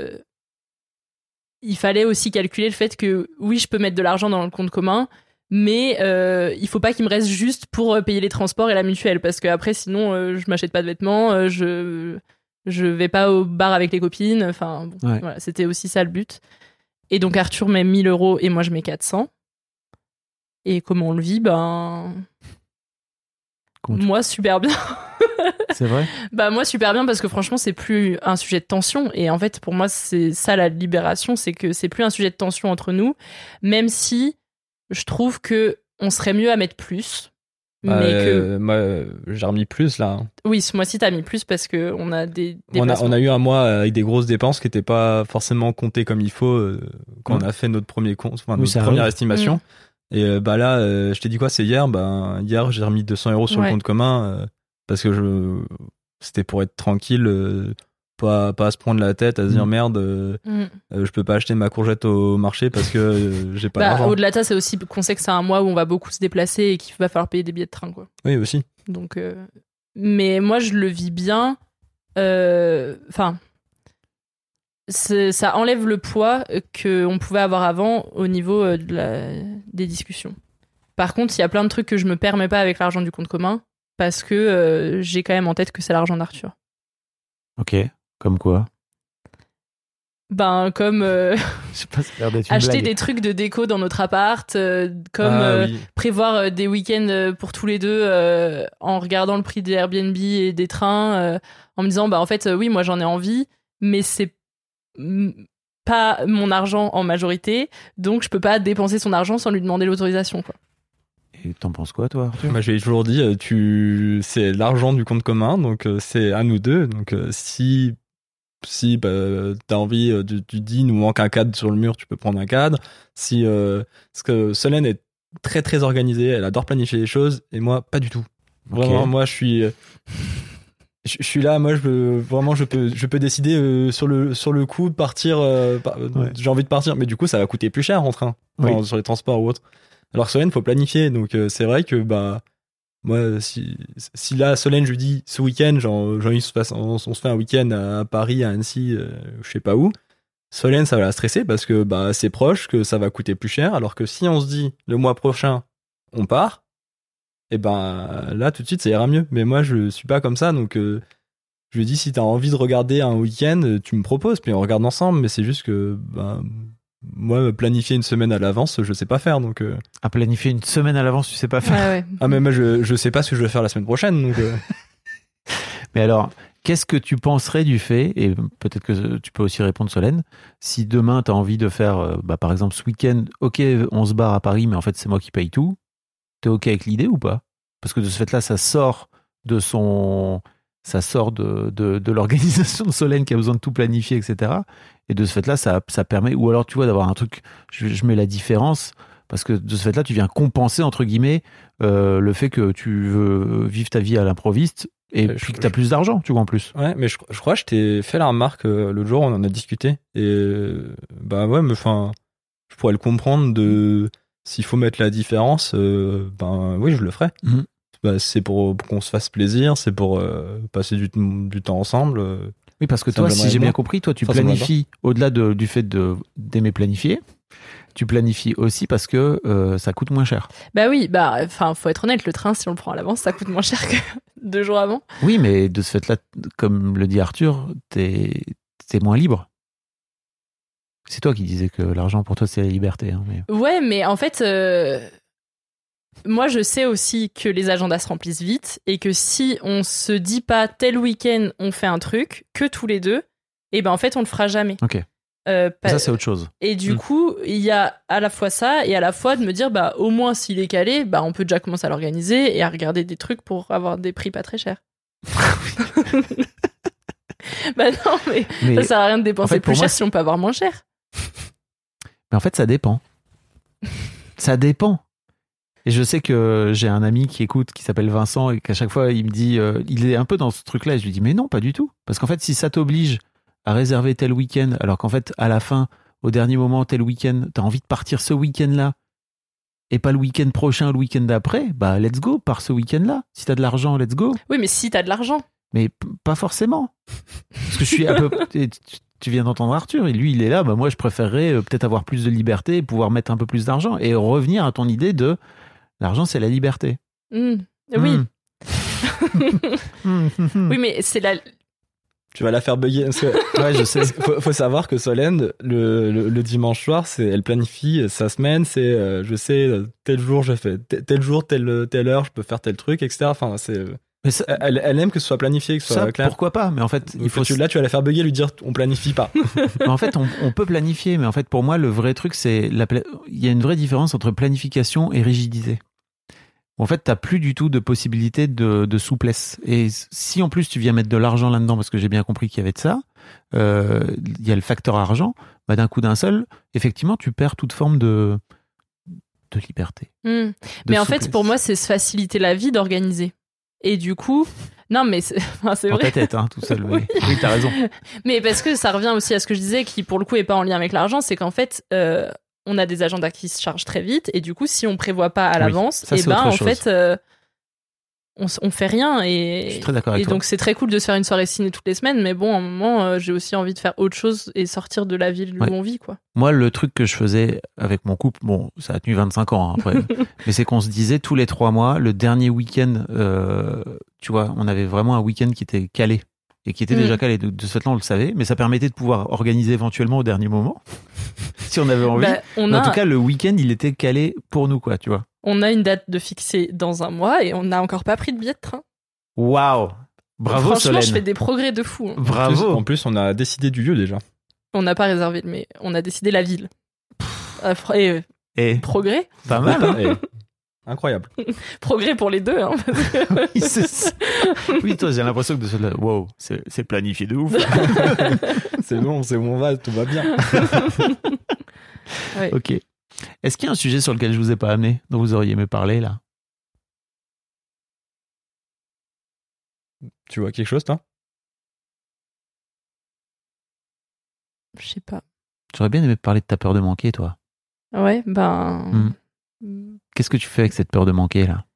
il fallait aussi calculer le fait que oui, je peux mettre de l'argent dans le compte commun, mais il faut pas qu'il me reste juste pour payer les transports et la mutuelle, parce que après sinon je m'achète pas de vêtements, je vais pas au bar avec les copines, enfin bon, Ouais. voilà, c'était aussi ça le but. Et donc Arthur met 1 000 € et moi je mets 400. Et comment on le vit? Moi super bien. C'est vrai? Bah moi super bien, parce que franchement c'est plus un sujet de tension, et en fait pour moi c'est ça la libération, c'est que c'est plus un sujet de tension entre nous, même si je trouve que on serait mieux à mettre plus, mais que moi j'ai remis plus là. oui, ce mois-ci t'as mis plus parce que on a On a eu un mois avec des grosses dépenses qui n'étaient pas forcément comptées comme il faut quand on a fait notre premier compte, enfin notre première estimation. Et là, je t'ai dit quoi, c'est hier. Hier j'ai remis 200 € sur le compte commun parce que c'était pour être tranquille, pas à se prendre la tête, à se dire merde, je peux pas acheter ma courgette au marché parce que j'ai pas d'argent. Au-delà de ça, c'est aussi qu'on sait que c'est un mois où on va beaucoup se déplacer et qu'il va falloir payer des billets de train, quoi. Oui, aussi. Donc, mais moi je le vis bien. Enfin, ça enlève le poids qu'on pouvait avoir avant au niveau des discussions. Par contre, il y a plein de trucs que je me permets pas avec l'argent du compte commun, parce que j'ai quand même en tête que c'est l'argent d'Arthur. Ok, comme quoi? Comme Je sais pas, ça a l'air d'être une acheter blague. des trucs de déco dans notre appart, comme prévoir des week-ends pour tous les deux en regardant le prix des Airbnb et des trains, en me disant en fait oui, moi j'en ai envie, mais c'est pas mon argent en majorité, donc je peux pas dépenser son argent sans lui demander l'autorisation, quoi. Et t'en penses quoi, toi, Arthur? Moi, j'ai toujours dit, c'est l'argent du compte commun, donc c'est à nous deux. Donc si t'as envie, tu dis, nous manque un cadre sur le mur, tu peux prendre un cadre. Parce que Solène est très très organisée, elle adore planifier les choses, et moi pas du tout. Vraiment, moi je suis là, moi je peux décider sur le coup de partir. J'ai envie de partir, mais du coup ça va coûter plus cher en train, sur les transports ou autre. Alors que Solène, faut planifier, donc c'est vrai que moi si là Solène, je lui dis ce week-end, on se fait un week-end à Paris, à Annecy, je sais pas où. Solène, ça va la stresser parce que c'est proche, que ça va coûter plus cher. Alors que si on se dit le mois prochain on part, et là tout de suite ça ira mieux. Mais moi je suis pas comme ça, donc je lui dis si t'as envie de regarder un week-end, tu me proposes, puis on regarde ensemble. Mais c'est juste que moi, planifier une semaine à l'avance, je sais pas faire. Donc, À planifier une semaine à l'avance, tu sais pas faire. Ouais. Ah, mais moi, je sais pas ce que je vais faire la semaine prochaine. Donc, Mais alors, qu'est-ce que tu penserais du fait, et peut-être que tu peux aussi répondre Solène, si demain tu as envie de faire, par exemple ce week-end, ok, on se barre à Paris, mais en fait c'est moi qui paye tout, t'es ok avec l'idée ou pas? Parce que de ce fait-là, ça sort de l'organisation de Solène qui a besoin de tout planifier, etc. Et de ce fait-là, ça permet, ou alors tu vois, d'avoir un truc, je mets la différence, parce que de ce fait-là, tu viens compenser, entre guillemets, le fait que tu veux vivre ta vie à l'improviste, et puis que tu as plus d'argent, tu vois, en plus. ouais, mais je crois que je t'ai fait la remarque l'autre jour, on en a discuté. Et bah ouais, mais enfin, je pourrais le comprendre de s'il faut mettre la différence, ben oui, je le ferai. Mhm. Bah, c'est pour qu'on se fasse plaisir, c'est pour passer du temps ensemble. Oui, parce que Ça toi, me si l'aimerait j'ai bien bien. compris, toi, tu Ça me l'aimerait planifies, au-delà du fait d'aimer planifier, tu planifies aussi parce que ça coûte moins cher. Bah oui, faut être honnête, le train, si on le prend à l'avance, ça coûte moins cher que 2 jours avant. Oui, mais de ce fait-là, comme le dit Arthur, t'es moins libre. C'est toi qui disais que l'argent pour toi, c'est la liberté. Hein, mais... Ouais, mais en fait, moi, je sais aussi que les agendas se remplissent vite et que si on se dit pas tel week-end, on fait un truc, que tous les deux, et ben en fait, on le fera jamais. Ok. Ça, c'est autre chose. Et du coup, il y a à la fois ça et à la fois de me dire, bah, au moins s'il est calé, bah, on peut déjà commencer à l'organiser et à regarder des trucs pour avoir des prix pas très chers. Bah non, mais ça sert à rien de dépenser en fait, plus pour moi, cher si on peut avoir moins cher. Mais en fait, ça dépend. Ça dépend. Et je sais que j'ai un ami qui écoute, qui s'appelle Vincent, et qu'à chaque fois, il me dit, il est un peu dans ce truc-là, et je lui dis, mais non, pas du tout. Parce qu'en fait, si ça t'oblige à réserver tel week-end, alors qu'en fait, à la fin, au dernier moment, tel week-end, t'as envie de partir ce week-end-là, et pas le week-end prochain, le week-end d'après, bah, let's go, par ce week-end-là. Si t'as de l'argent, let's go. Oui, mais si t'as de l'argent. Mais pas forcément. Parce que je suis un peu... Tu viens d'entendre Arthur, et lui, il est là, bah, moi, je préférerais peut-être avoir plus de liberté, pouvoir mettre un peu plus d'argent, et revenir à ton idée de l'argent, c'est la liberté. Oui. Oui, mais c'est la... Tu vas la faire bugger. Parce que, Ouais, je sais. faut savoir que Solène, le dimanche soir, elle planifie sa semaine. C'est, je sais, tel jour, je fais tel jour, telle heure, je peux faire tel truc, etc. Enfin, Mais ça, elle aime que ce soit planifié, que ce soit ça, clair. pourquoi pas? Mais en fait, il faut... Là, tu vas la faire bugger, lui dire on planifie pas. Mais en fait, on peut planifier, mais en fait, pour moi, le vrai truc, c'est il y a une vraie différence entre planification et rigidité. En fait, t'as plus du tout de possibilité de souplesse. Et si en plus tu viens mettre de l'argent là-dedans, parce que j'ai bien compris qu'il y avait de ça, il y a le facteur argent, bah d'un coup d'un seul, effectivement, tu perds toute forme de liberté. Mais en fait, pour moi, c'est se faciliter la vie d'organiser. Et du coup, non, mais c'est En vrai. ta tête, hein, tout seul. Oui, oui, t'as raison. Mais parce que ça revient aussi à ce que je disais, qui pour le coup est pas en lien avec l'argent, c'est qu'en fait, on a des agendas qui se chargent très vite, et du coup, si on prévoit pas à l'avance, ça, et c'est ben autre en chose. fait, on fait rien. Je Et suis très d'accord avec toi. donc c'est très cool de se faire une soirée ciné toutes les semaines, mais bon, à un moment, j'ai aussi envie de faire autre chose et sortir de la ville où Ouais. on vit, quoi. Moi, le truc que je faisais avec mon couple, bon, ça a tenu 25 ans hein, après, mais c'est qu'on se disait tous les 3 mois, le dernier week-end, tu vois, on avait vraiment un week-end qui était calé et qui était déjà calé. De ce fait-là, on le savait, mais ça permettait de pouvoir organiser éventuellement au dernier moment, si on avait envie. Bah, Mais en tout cas, le week-end, il était calé pour nous, quoi, tu vois. on a une date de fixée dans un mois et on n'a encore pas pris de billet de train. Waouh! Bravo, Franchement, Solène. je fais des progrès de fou. Hein. Bravo! En plus, on a décidé du lieu déjà. On n'a pas réservé, mais on a décidé la ville. Et Et progrès. pas mal, hein? Et- Incroyable. Progrès pour les deux. Hein. Oui, c'est ça. Oui, toi, j'ai l'impression que de cela, wow, c'est planifié de ouf. C'est bon, on va, tout va bien. Ouais. Ok. Est-ce qu'il y a un sujet sur lequel je vous ai pas amené, dont vous auriez aimé parler, là? Tu vois quelque chose, toi? Je sais pas. J'aurais bien aimé parler de ta peur de manquer, toi. Ouais, ben. Qu'est-ce que tu fais avec cette peur de manquer, là?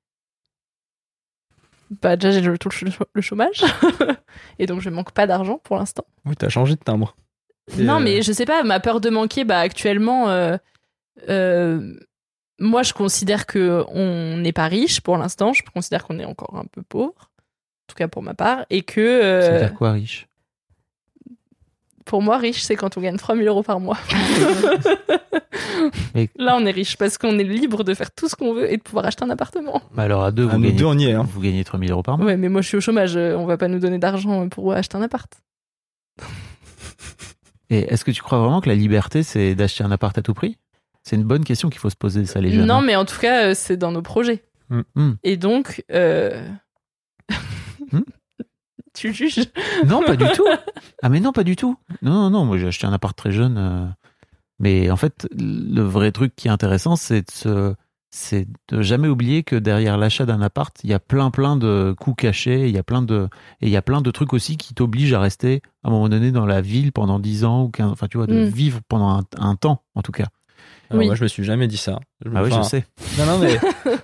Bah, déjà, j'ai le chômage. Et donc, je manque pas d'argent pour l'instant. Oui, t'as changé de timbre. Et, Non, mais je sais pas, ma peur de manquer, bah, actuellement, moi, je considère qu'on n'est pas riche pour l'instant. Je considère qu'on est encore un peu pauvre. En tout cas, pour ma part. Et que. Ça veut dire quoi, riche? Pour moi, riche, c'est quand on gagne 3 000 € par mois. Mais- Là, on est riche parce qu'on est libre de faire tout ce qu'on veut et de pouvoir acheter un appartement. Bah alors à deux, Ah, nous deux, on y est. Hein. vous gagnez 3 000 € par mois. Ouais, mais moi, je suis au chômage. On va pas nous donner d'argent pour acheter un appart. Et est-ce que tu crois vraiment que la liberté, c'est d'acheter un appart à tout prix? C'est une bonne question qu'il faut se poser, ça, les jeunes. Non, hein. mais en tout cas, c'est dans nos projets. Hmm. Et donc, tu juges. Non, pas du tout. Ah mais non, pas du tout. Non, moi j'ai acheté un appart très jeune. Mais en fait, le vrai truc qui est intéressant, c'est de jamais oublier que derrière l'achat d'un appart, il y a plein de coûts cachés, il y a plein de trucs aussi qui t'obligent à rester à un moment donné dans la ville pendant 10 ans ou 15, enfin tu vois, de vivre pendant un temps en tout cas. Alors, Oui. moi, je me suis jamais dit ça. Ah oui, je sais. Non, mais.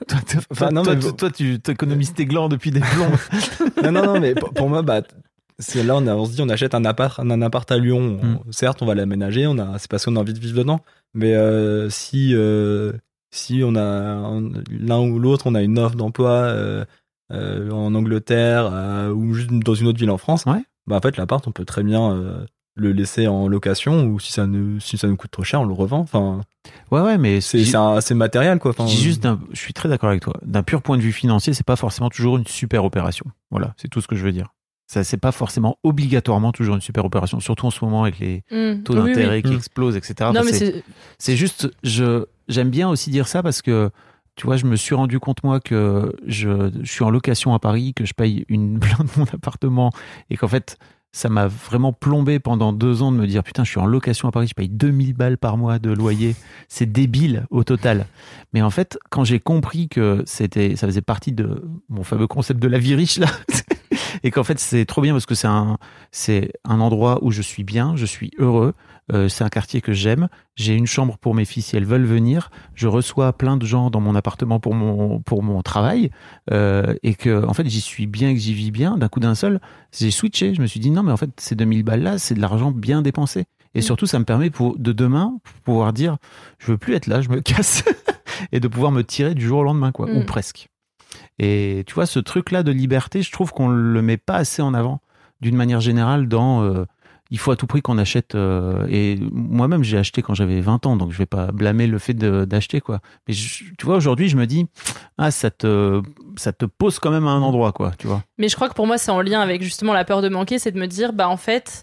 Toi, tu économises tes glands depuis des plombs. non, mais pour moi, c'est là, on se dit, on achète un appart à Lyon. Certes, on va l'aménager, c'est parce qu'on a envie de vivre dedans. Mais si on a l'un ou l'autre, on a une offre d'emploi en Angleterre ou juste dans une autre ville en France, Ouais. En fait, l'appart, on peut très bien le laisser en location ou si ça nous coûte trop cher, on le revend. Enfin, Ouais, mais c'est matériel, quoi. Enfin, je suis très d'accord avec toi. D'un pur point de vue financier, c'est pas forcément toujours une super opération. Voilà, c'est tout ce que je veux dire. Ça, c'est pas forcément obligatoirement toujours une super opération, surtout en ce moment avec les taux d'intérêt qui explosent, etc. Non, Enfin, mais c'est juste, j'aime bien aussi dire ça parce que, tu vois, je me suis rendu compte, moi, que je suis en location à Paris, que je paye une blinde de mon appartement et qu'en fait, ça m'a vraiment plombé pendant 2 ans de me dire, putain, je suis en location à Paris, je paye 2000 balles par mois de loyer. C'est débile au total. Mais en fait, quand j'ai compris que ça faisait partie de mon fameux concept de la vie riche, là, et qu'en fait, c'est trop bien parce que c'est un endroit où je suis bien, je suis heureux. C'est un quartier que j'aime. J'ai une chambre pour mes filles si elles veulent venir. Je reçois plein de gens dans mon appartement pour mon travail. Et que, en fait, j'y suis bien et que j'y vis bien. D'un coup d'un seul, j'ai switché. Je me suis dit, non, mais en fait, ces 2000 balles-là, c'est de l'argent bien dépensé. Et surtout, ça me permet de demain pouvoir dire, je veux plus être là, je me casse. Et de pouvoir me tirer du jour au lendemain, quoi. Ou presque. Et tu vois, ce truc-là de liberté, je trouve qu'on le met pas assez en avant, d'une manière générale, dans il faut à tout prix qu'on achète. Et moi-même, j'ai acheté quand j'avais 20 ans, donc je vais pas blâmer le fait d'acheter, quoi. Mais tu vois, aujourd'hui, je me dis, ça te pose quand même à un endroit, quoi, tu vois. Mais je crois que pour moi, c'est en lien avec justement la peur de manquer, c'est de me dire, en fait,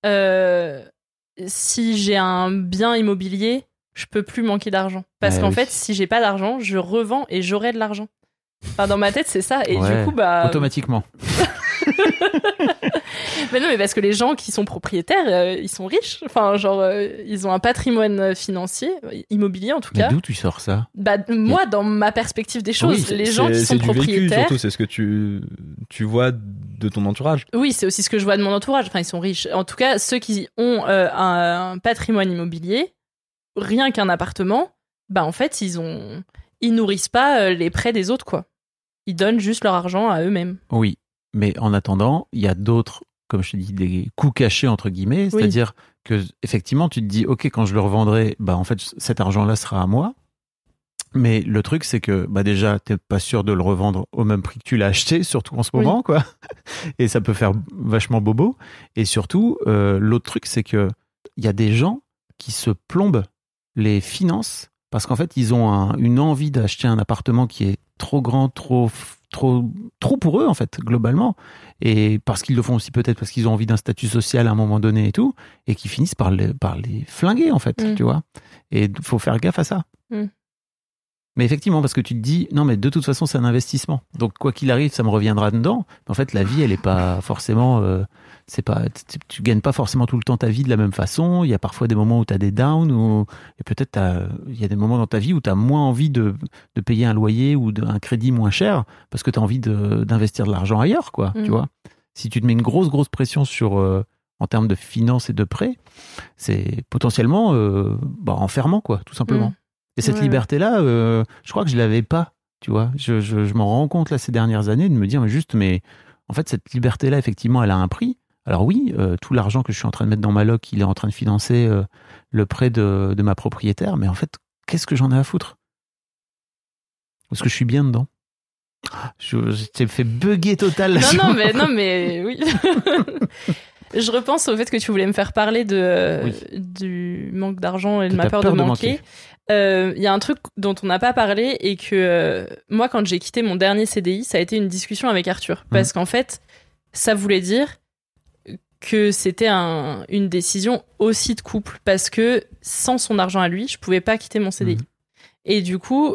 si j'ai un bien immobilier, je peux plus manquer d'argent. Parce qu'en fait, si j'ai pas d'argent, je revends et j'aurai de l'argent. Enfin, dans ma tête, c'est ça. Et du coup, automatiquement. Mais non, mais parce que les gens qui sont propriétaires, ils sont riches. Enfin, genre, ils ont un patrimoine financier, immobilier en tout cas. Mais d'où tu sors ça? Moi, dans ma perspective des choses, les gens qui sont propriétaires. C'est du vécu, surtout, c'est ce que tu vois de ton entourage. Oui, c'est aussi ce que je vois de mon entourage. Enfin, ils sont riches. En tout cas, ceux qui ont un patrimoine immobilier, rien qu'un appartement, en fait, ils nourrissent pas les prêts des autres, quoi. Ils donnent juste leur argent à eux-mêmes. Oui, mais en attendant, il y a d'autres, comme je te dis, des coûts cachés, entre guillemets. C'est-à-dire que, effectivement, tu te dis, OK, quand je le revendrai, en fait, cet argent-là sera à moi. Mais le truc, c'est que, déjà, t'es pas sûr de le revendre au même prix que tu l'as acheté, surtout en ce moment, quoi. Et ça peut faire vachement bobo. Et surtout, l'autre truc, c'est que il y a des gens qui se plombent les finances parce qu'en fait, ils ont une envie d'acheter un appartement qui est trop grand, trop pour eux, en fait, globalement. Et parce qu'ils le font aussi peut-être parce qu'ils ont envie d'un statut social à un moment donné et tout, et qui finissent par les flinguer, en fait, tu vois. Et il faut faire gaffe à ça. Mais effectivement, parce que tu te dis, non, mais de toute façon, c'est un investissement. Donc, quoi qu'il arrive, ça me reviendra dedans. Mais en fait, la vie, elle est pas forcément... tu gagnes pas forcément tout le temps ta vie de la même façon. Il y a parfois des moments où tu as des downs, et peut-être il y a des moments dans ta vie où tu as moins envie de payer un loyer ou un crédit moins cher parce que tu as envie d'investir de l'argent ailleurs, quoi. Tu vois. Si tu te mets une grosse pression sur... en termes de finances et de prêts, c'est potentiellement enfermant, quoi, tout simplement. Et cette liberté-là, je crois que je l'avais pas, tu vois. Je m'en rends compte là ces dernières années de me dire, mais en fait, cette liberté-là, effectivement, elle a un prix. Alors oui, tout l'argent que je suis en train de mettre dans ma loc, il est en train de financer le prêt de ma propriétaire, mais en fait, qu'est-ce que j'en ai à foutre? Parce que je suis bien dedans. Je t'ai fait bugger total. Non, mais oui. Je repense au fait que tu voulais me faire parler de, Oui. du manque d'argent et de Que ma t'as peur peur de de manquer. Il y a un truc dont on n'a pas parlé et que moi, quand j'ai quitté mon dernier CDI, ça a été une discussion avec Arthur. Parce qu'en fait, ça voulait dire que c'était une décision aussi de couple. Parce que sans son argent à lui, je pouvais pas quitter mon CDI. Et du coup,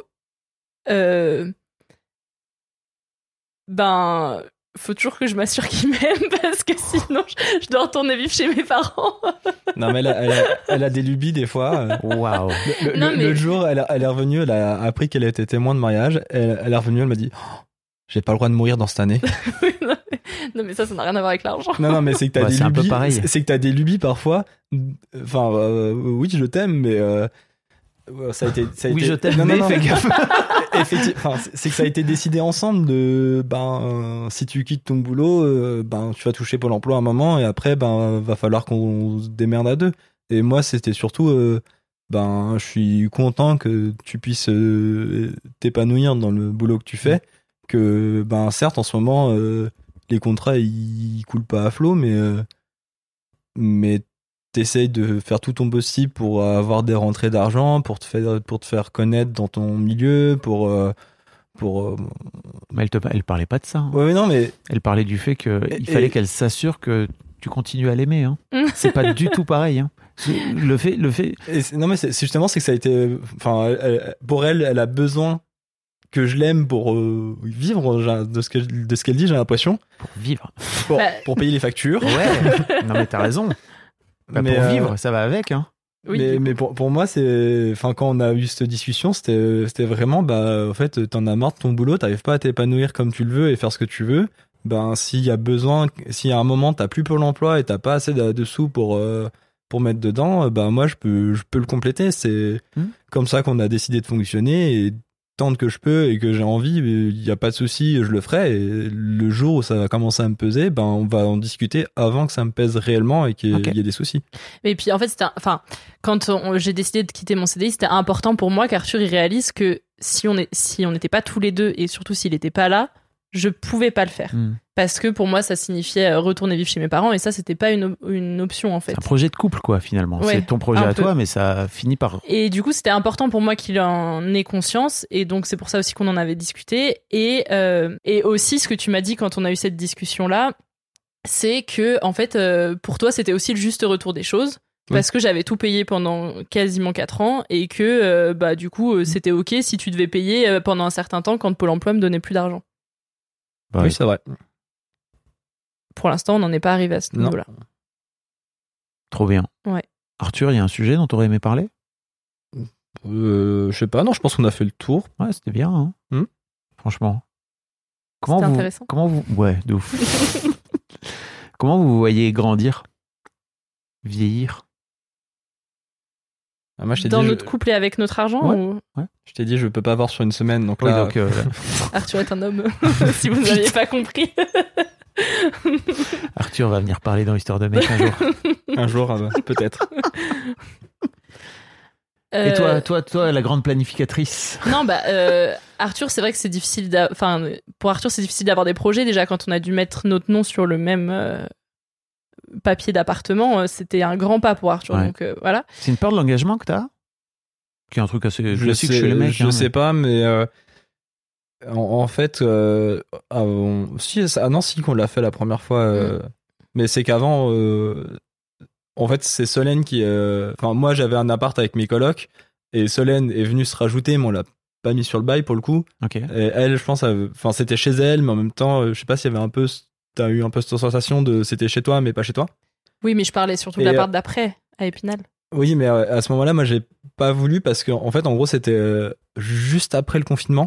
faut toujours que je m'assure qu'il m'aime parce que sinon je dois retourner vivre chez mes parents. Non, mais elle a des lubies des fois. Waouh. Le jour, elle est revenue, elle a appris qu'elle était témoin de mariage. Elle est revenue, elle m'a dit j'ai pas le droit de mourir dans cette année. Non, mais ça n'a rien à voir avec l'argent. Non, mais c'est que t'as des c'est un peu lubies. pareil. C'est que t'as des lubies parfois. Enfin, oui, je t'aime, mais ça a été. Oui, je t'aime, Non, mais non, fais gaffe. Effectivement, c'est que ça a été décidé ensemble de si tu quittes ton boulot, tu vas toucher Pôle emploi à un moment et après va falloir qu'on se démerde à deux. Et moi c'était surtout je suis content que tu puisses t'épanouir dans le boulot que tu fais, que certes en ce moment les contrats ils coulent pas à flot, mais t'essayes de faire tout ton possible pour avoir des rentrées d'argent, pour te faire connaître dans ton milieu, Mais elle parlait pas de ça. Hein. Ouais, non, mais Elle parlait du fait qu'il fallait qu'elle s'assure que tu continues à l'aimer. Hein. C'est pas du tout pareil. Hein. Le fait. non, mais c'est justement c'est que ça a été. Enfin, pour elle a besoin que je l'aime pour vivre de ce qu'elle dit. J'ai l'impression Pour vivre. pour payer les factures. Ouais. Non, mais t'as raison. Pour vivre, ça va avec. Hein. Oui, mais pour moi, quand on a eu cette discussion, c'était vraiment, en fait, t'en as marre de ton boulot, t'arrives pas à t'épanouir comme tu le veux et faire ce que tu veux. S'il y a un moment, t'as plus Pôle emploi et t'as pas assez de sous pour mettre dedans, moi, je peux le compléter. C'est comme ça qu'on a décidé de fonctionner et tant que je peux et que j'ai envie, il y a pas de souci, je le ferai. Et le jour où ça va commencer à me peser, on va en discuter avant que ça me pèse réellement et qu'il y ait des soucis. Et puis en fait, quand j'ai décidé de quitter mon CDI, c'était important pour moi qu'Arthur il réalise que si on n'était pas tous les deux et surtout s'il n'était pas là, je pouvais pas le faire. Parce que pour moi, ça signifiait retourner vivre chez mes parents et ça, c'était pas une option en fait. C'est un projet de couple, quoi, finalement. Ouais, c'est ton projet à peu. toi, mais ça finit par. Et du coup, c'était important pour moi qu'il en ait conscience et donc c'est pour ça aussi qu'on en avait discuté. Et aussi, ce que tu m'as dit quand on a eu cette discussion-là, c'est que en fait, pour toi, c'était aussi le juste retour des choses. Parce que j'avais tout payé pendant quasiment 4 ans et que du coup, c'était OK si tu devais payer pendant un certain temps quand Pôle emploi me donnait plus d'argent. Oui, c'est vrai. Pour l'instant, on n'en est pas arrivé à ce niveau-là. Trop bien. Ouais. Arthur, il y a un sujet dont tu aurais aimé parler ? Je sais pas, non, je pense qu'on a fait le tour. Ouais, c'était bien, hein. Franchement. C'était intéressant. Ouais, de ouf. Comment vous voyez grandir ? Vieillir ? Moi, je t'ai Dans dit, notre couple et avec notre argent ou... Je t'ai dit, je peux pas voir sur une semaine, donc Oui, là. donc, Arthur est un homme, si vous n'aviez pas compris. Arthur va venir parler dans Histoire de mec un jour. Un jour, peut-être. Et toi, la grande planificatrice. Non, Arthur, c'est vrai que c'est difficile. Pour Arthur, c'est difficile d'avoir des projets. Déjà, quand on a dû mettre notre nom sur le même papier d'appartement, c'était un grand pas pour Arthur. Ouais. Donc voilà. C'est une peur de l'engagement que t'as ? Qui est un truc assez classique sais, chez les mecs. Je sais pas, mais en fait, si qu'on l'a fait la première fois, mais c'est qu'avant, en fait, c'est Solène qui, moi, j'avais un appart avec mes colocs et Solène est venue se rajouter, mais on l'a pas mis sur le bail pour le coup. Ok. Et elle, je pense, c'était chez elle, mais en même temps, je sais pas s'il y avait t'as eu un peu cette sensation de c'était chez toi, mais pas chez toi. Oui, mais je parlais surtout de l'appart d'après, à Épinal. Oui, mais à ce moment-là, moi, j'ai pas voulu parce qu'en fait, en gros, c'était juste après le confinement.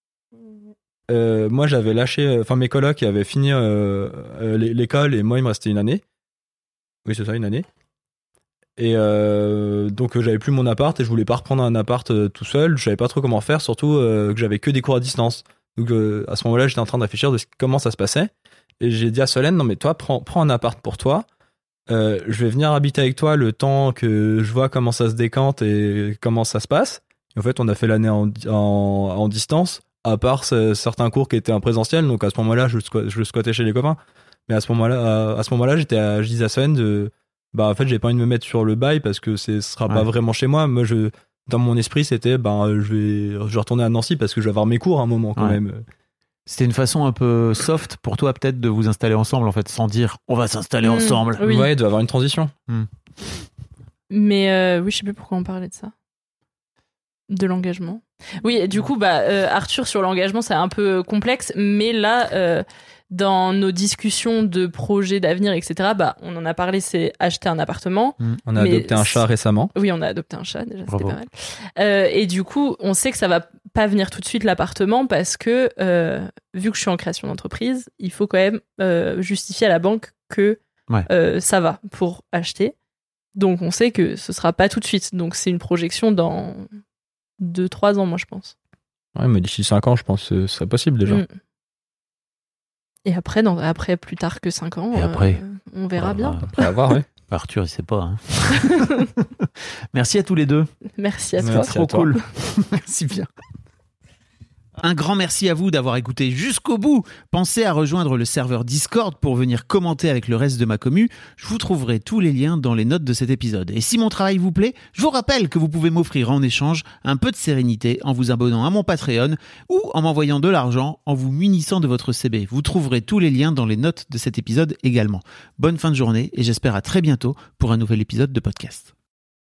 Moi, j'avais lâché, mes colocs avaient fini l'école et moi, il me restait une année. Oui, c'est ça, une année. Et donc, j'avais plus mon appart et je voulais pas reprendre un appart tout seul. Je savais pas trop comment faire, surtout que j'avais que des cours à distance. Donc, à ce moment-là, j'étais en train de réfléchir de comment ça se passait. Et j'ai dit à Solène, non, mais toi, prends un appart pour toi. Je vais venir habiter avec toi le temps que je vois comment ça se décante et comment ça se passe. Et en fait, on a fait l'année en distance, à part certains cours qui étaient en présentiel. Donc à ce moment-là, je squattais chez les copains. Mais à ce moment-là, je disais à Solène en fait, j'ai pas envie de me mettre sur le bail parce que ce sera pas vraiment chez moi. Moi, dans mon esprit, c'était, je vais retourner à Nancy parce que je vais avoir mes cours à un moment quand même. C'était une façon un peu soft pour toi peut-être de vous installer ensemble en fait, sans dire on va s'installer ensemble. Oui. Ouais, il doit y avoir une transition. Mais oui, je sais plus pourquoi on parlait de ça. De l'engagement. Oui, du coup, Arthur, sur l'engagement, c'est un peu complexe, mais là, dans nos discussions de projets d'avenir, etc., on en a parlé, c'est acheter un appartement. On a adopté un chat récemment. Oui, on a adopté un chat, déjà, Bravo. c'était pas mal. Et du coup, on sait que ça va pas venir tout de suite l'appartement parce que, vu que je suis en création d'entreprise, il faut quand même justifier à la banque que ça va pour acheter. Donc, on sait que ce sera pas tout de suite. Donc, c'est une projection dans 2-3 ans, moi, je pense. Ouais, mais d'ici 5 ans, je pense que ce serait possible déjà. Et après, plus tard que 5 ans, on verra bien. Après avoir, ouais. Arthur, il sait pas. Merci à tous les deux. Merci à toi. Merci Trop à toi. cool. Merci bien. Un grand merci à vous d'avoir écouté jusqu'au bout. Pensez à rejoindre le serveur Discord pour venir commenter avec le reste de ma commu. Je vous trouverai tous les liens dans les notes de cet épisode. Et si mon travail vous plaît, je vous rappelle que vous pouvez m'offrir en échange un peu de sérénité en vous abonnant à mon Patreon ou en m'envoyant de l'argent en vous munissant de votre CB. Vous trouverez tous les liens dans les notes de cet épisode également. Bonne fin de journée et j'espère à très bientôt pour un nouvel épisode de podcast.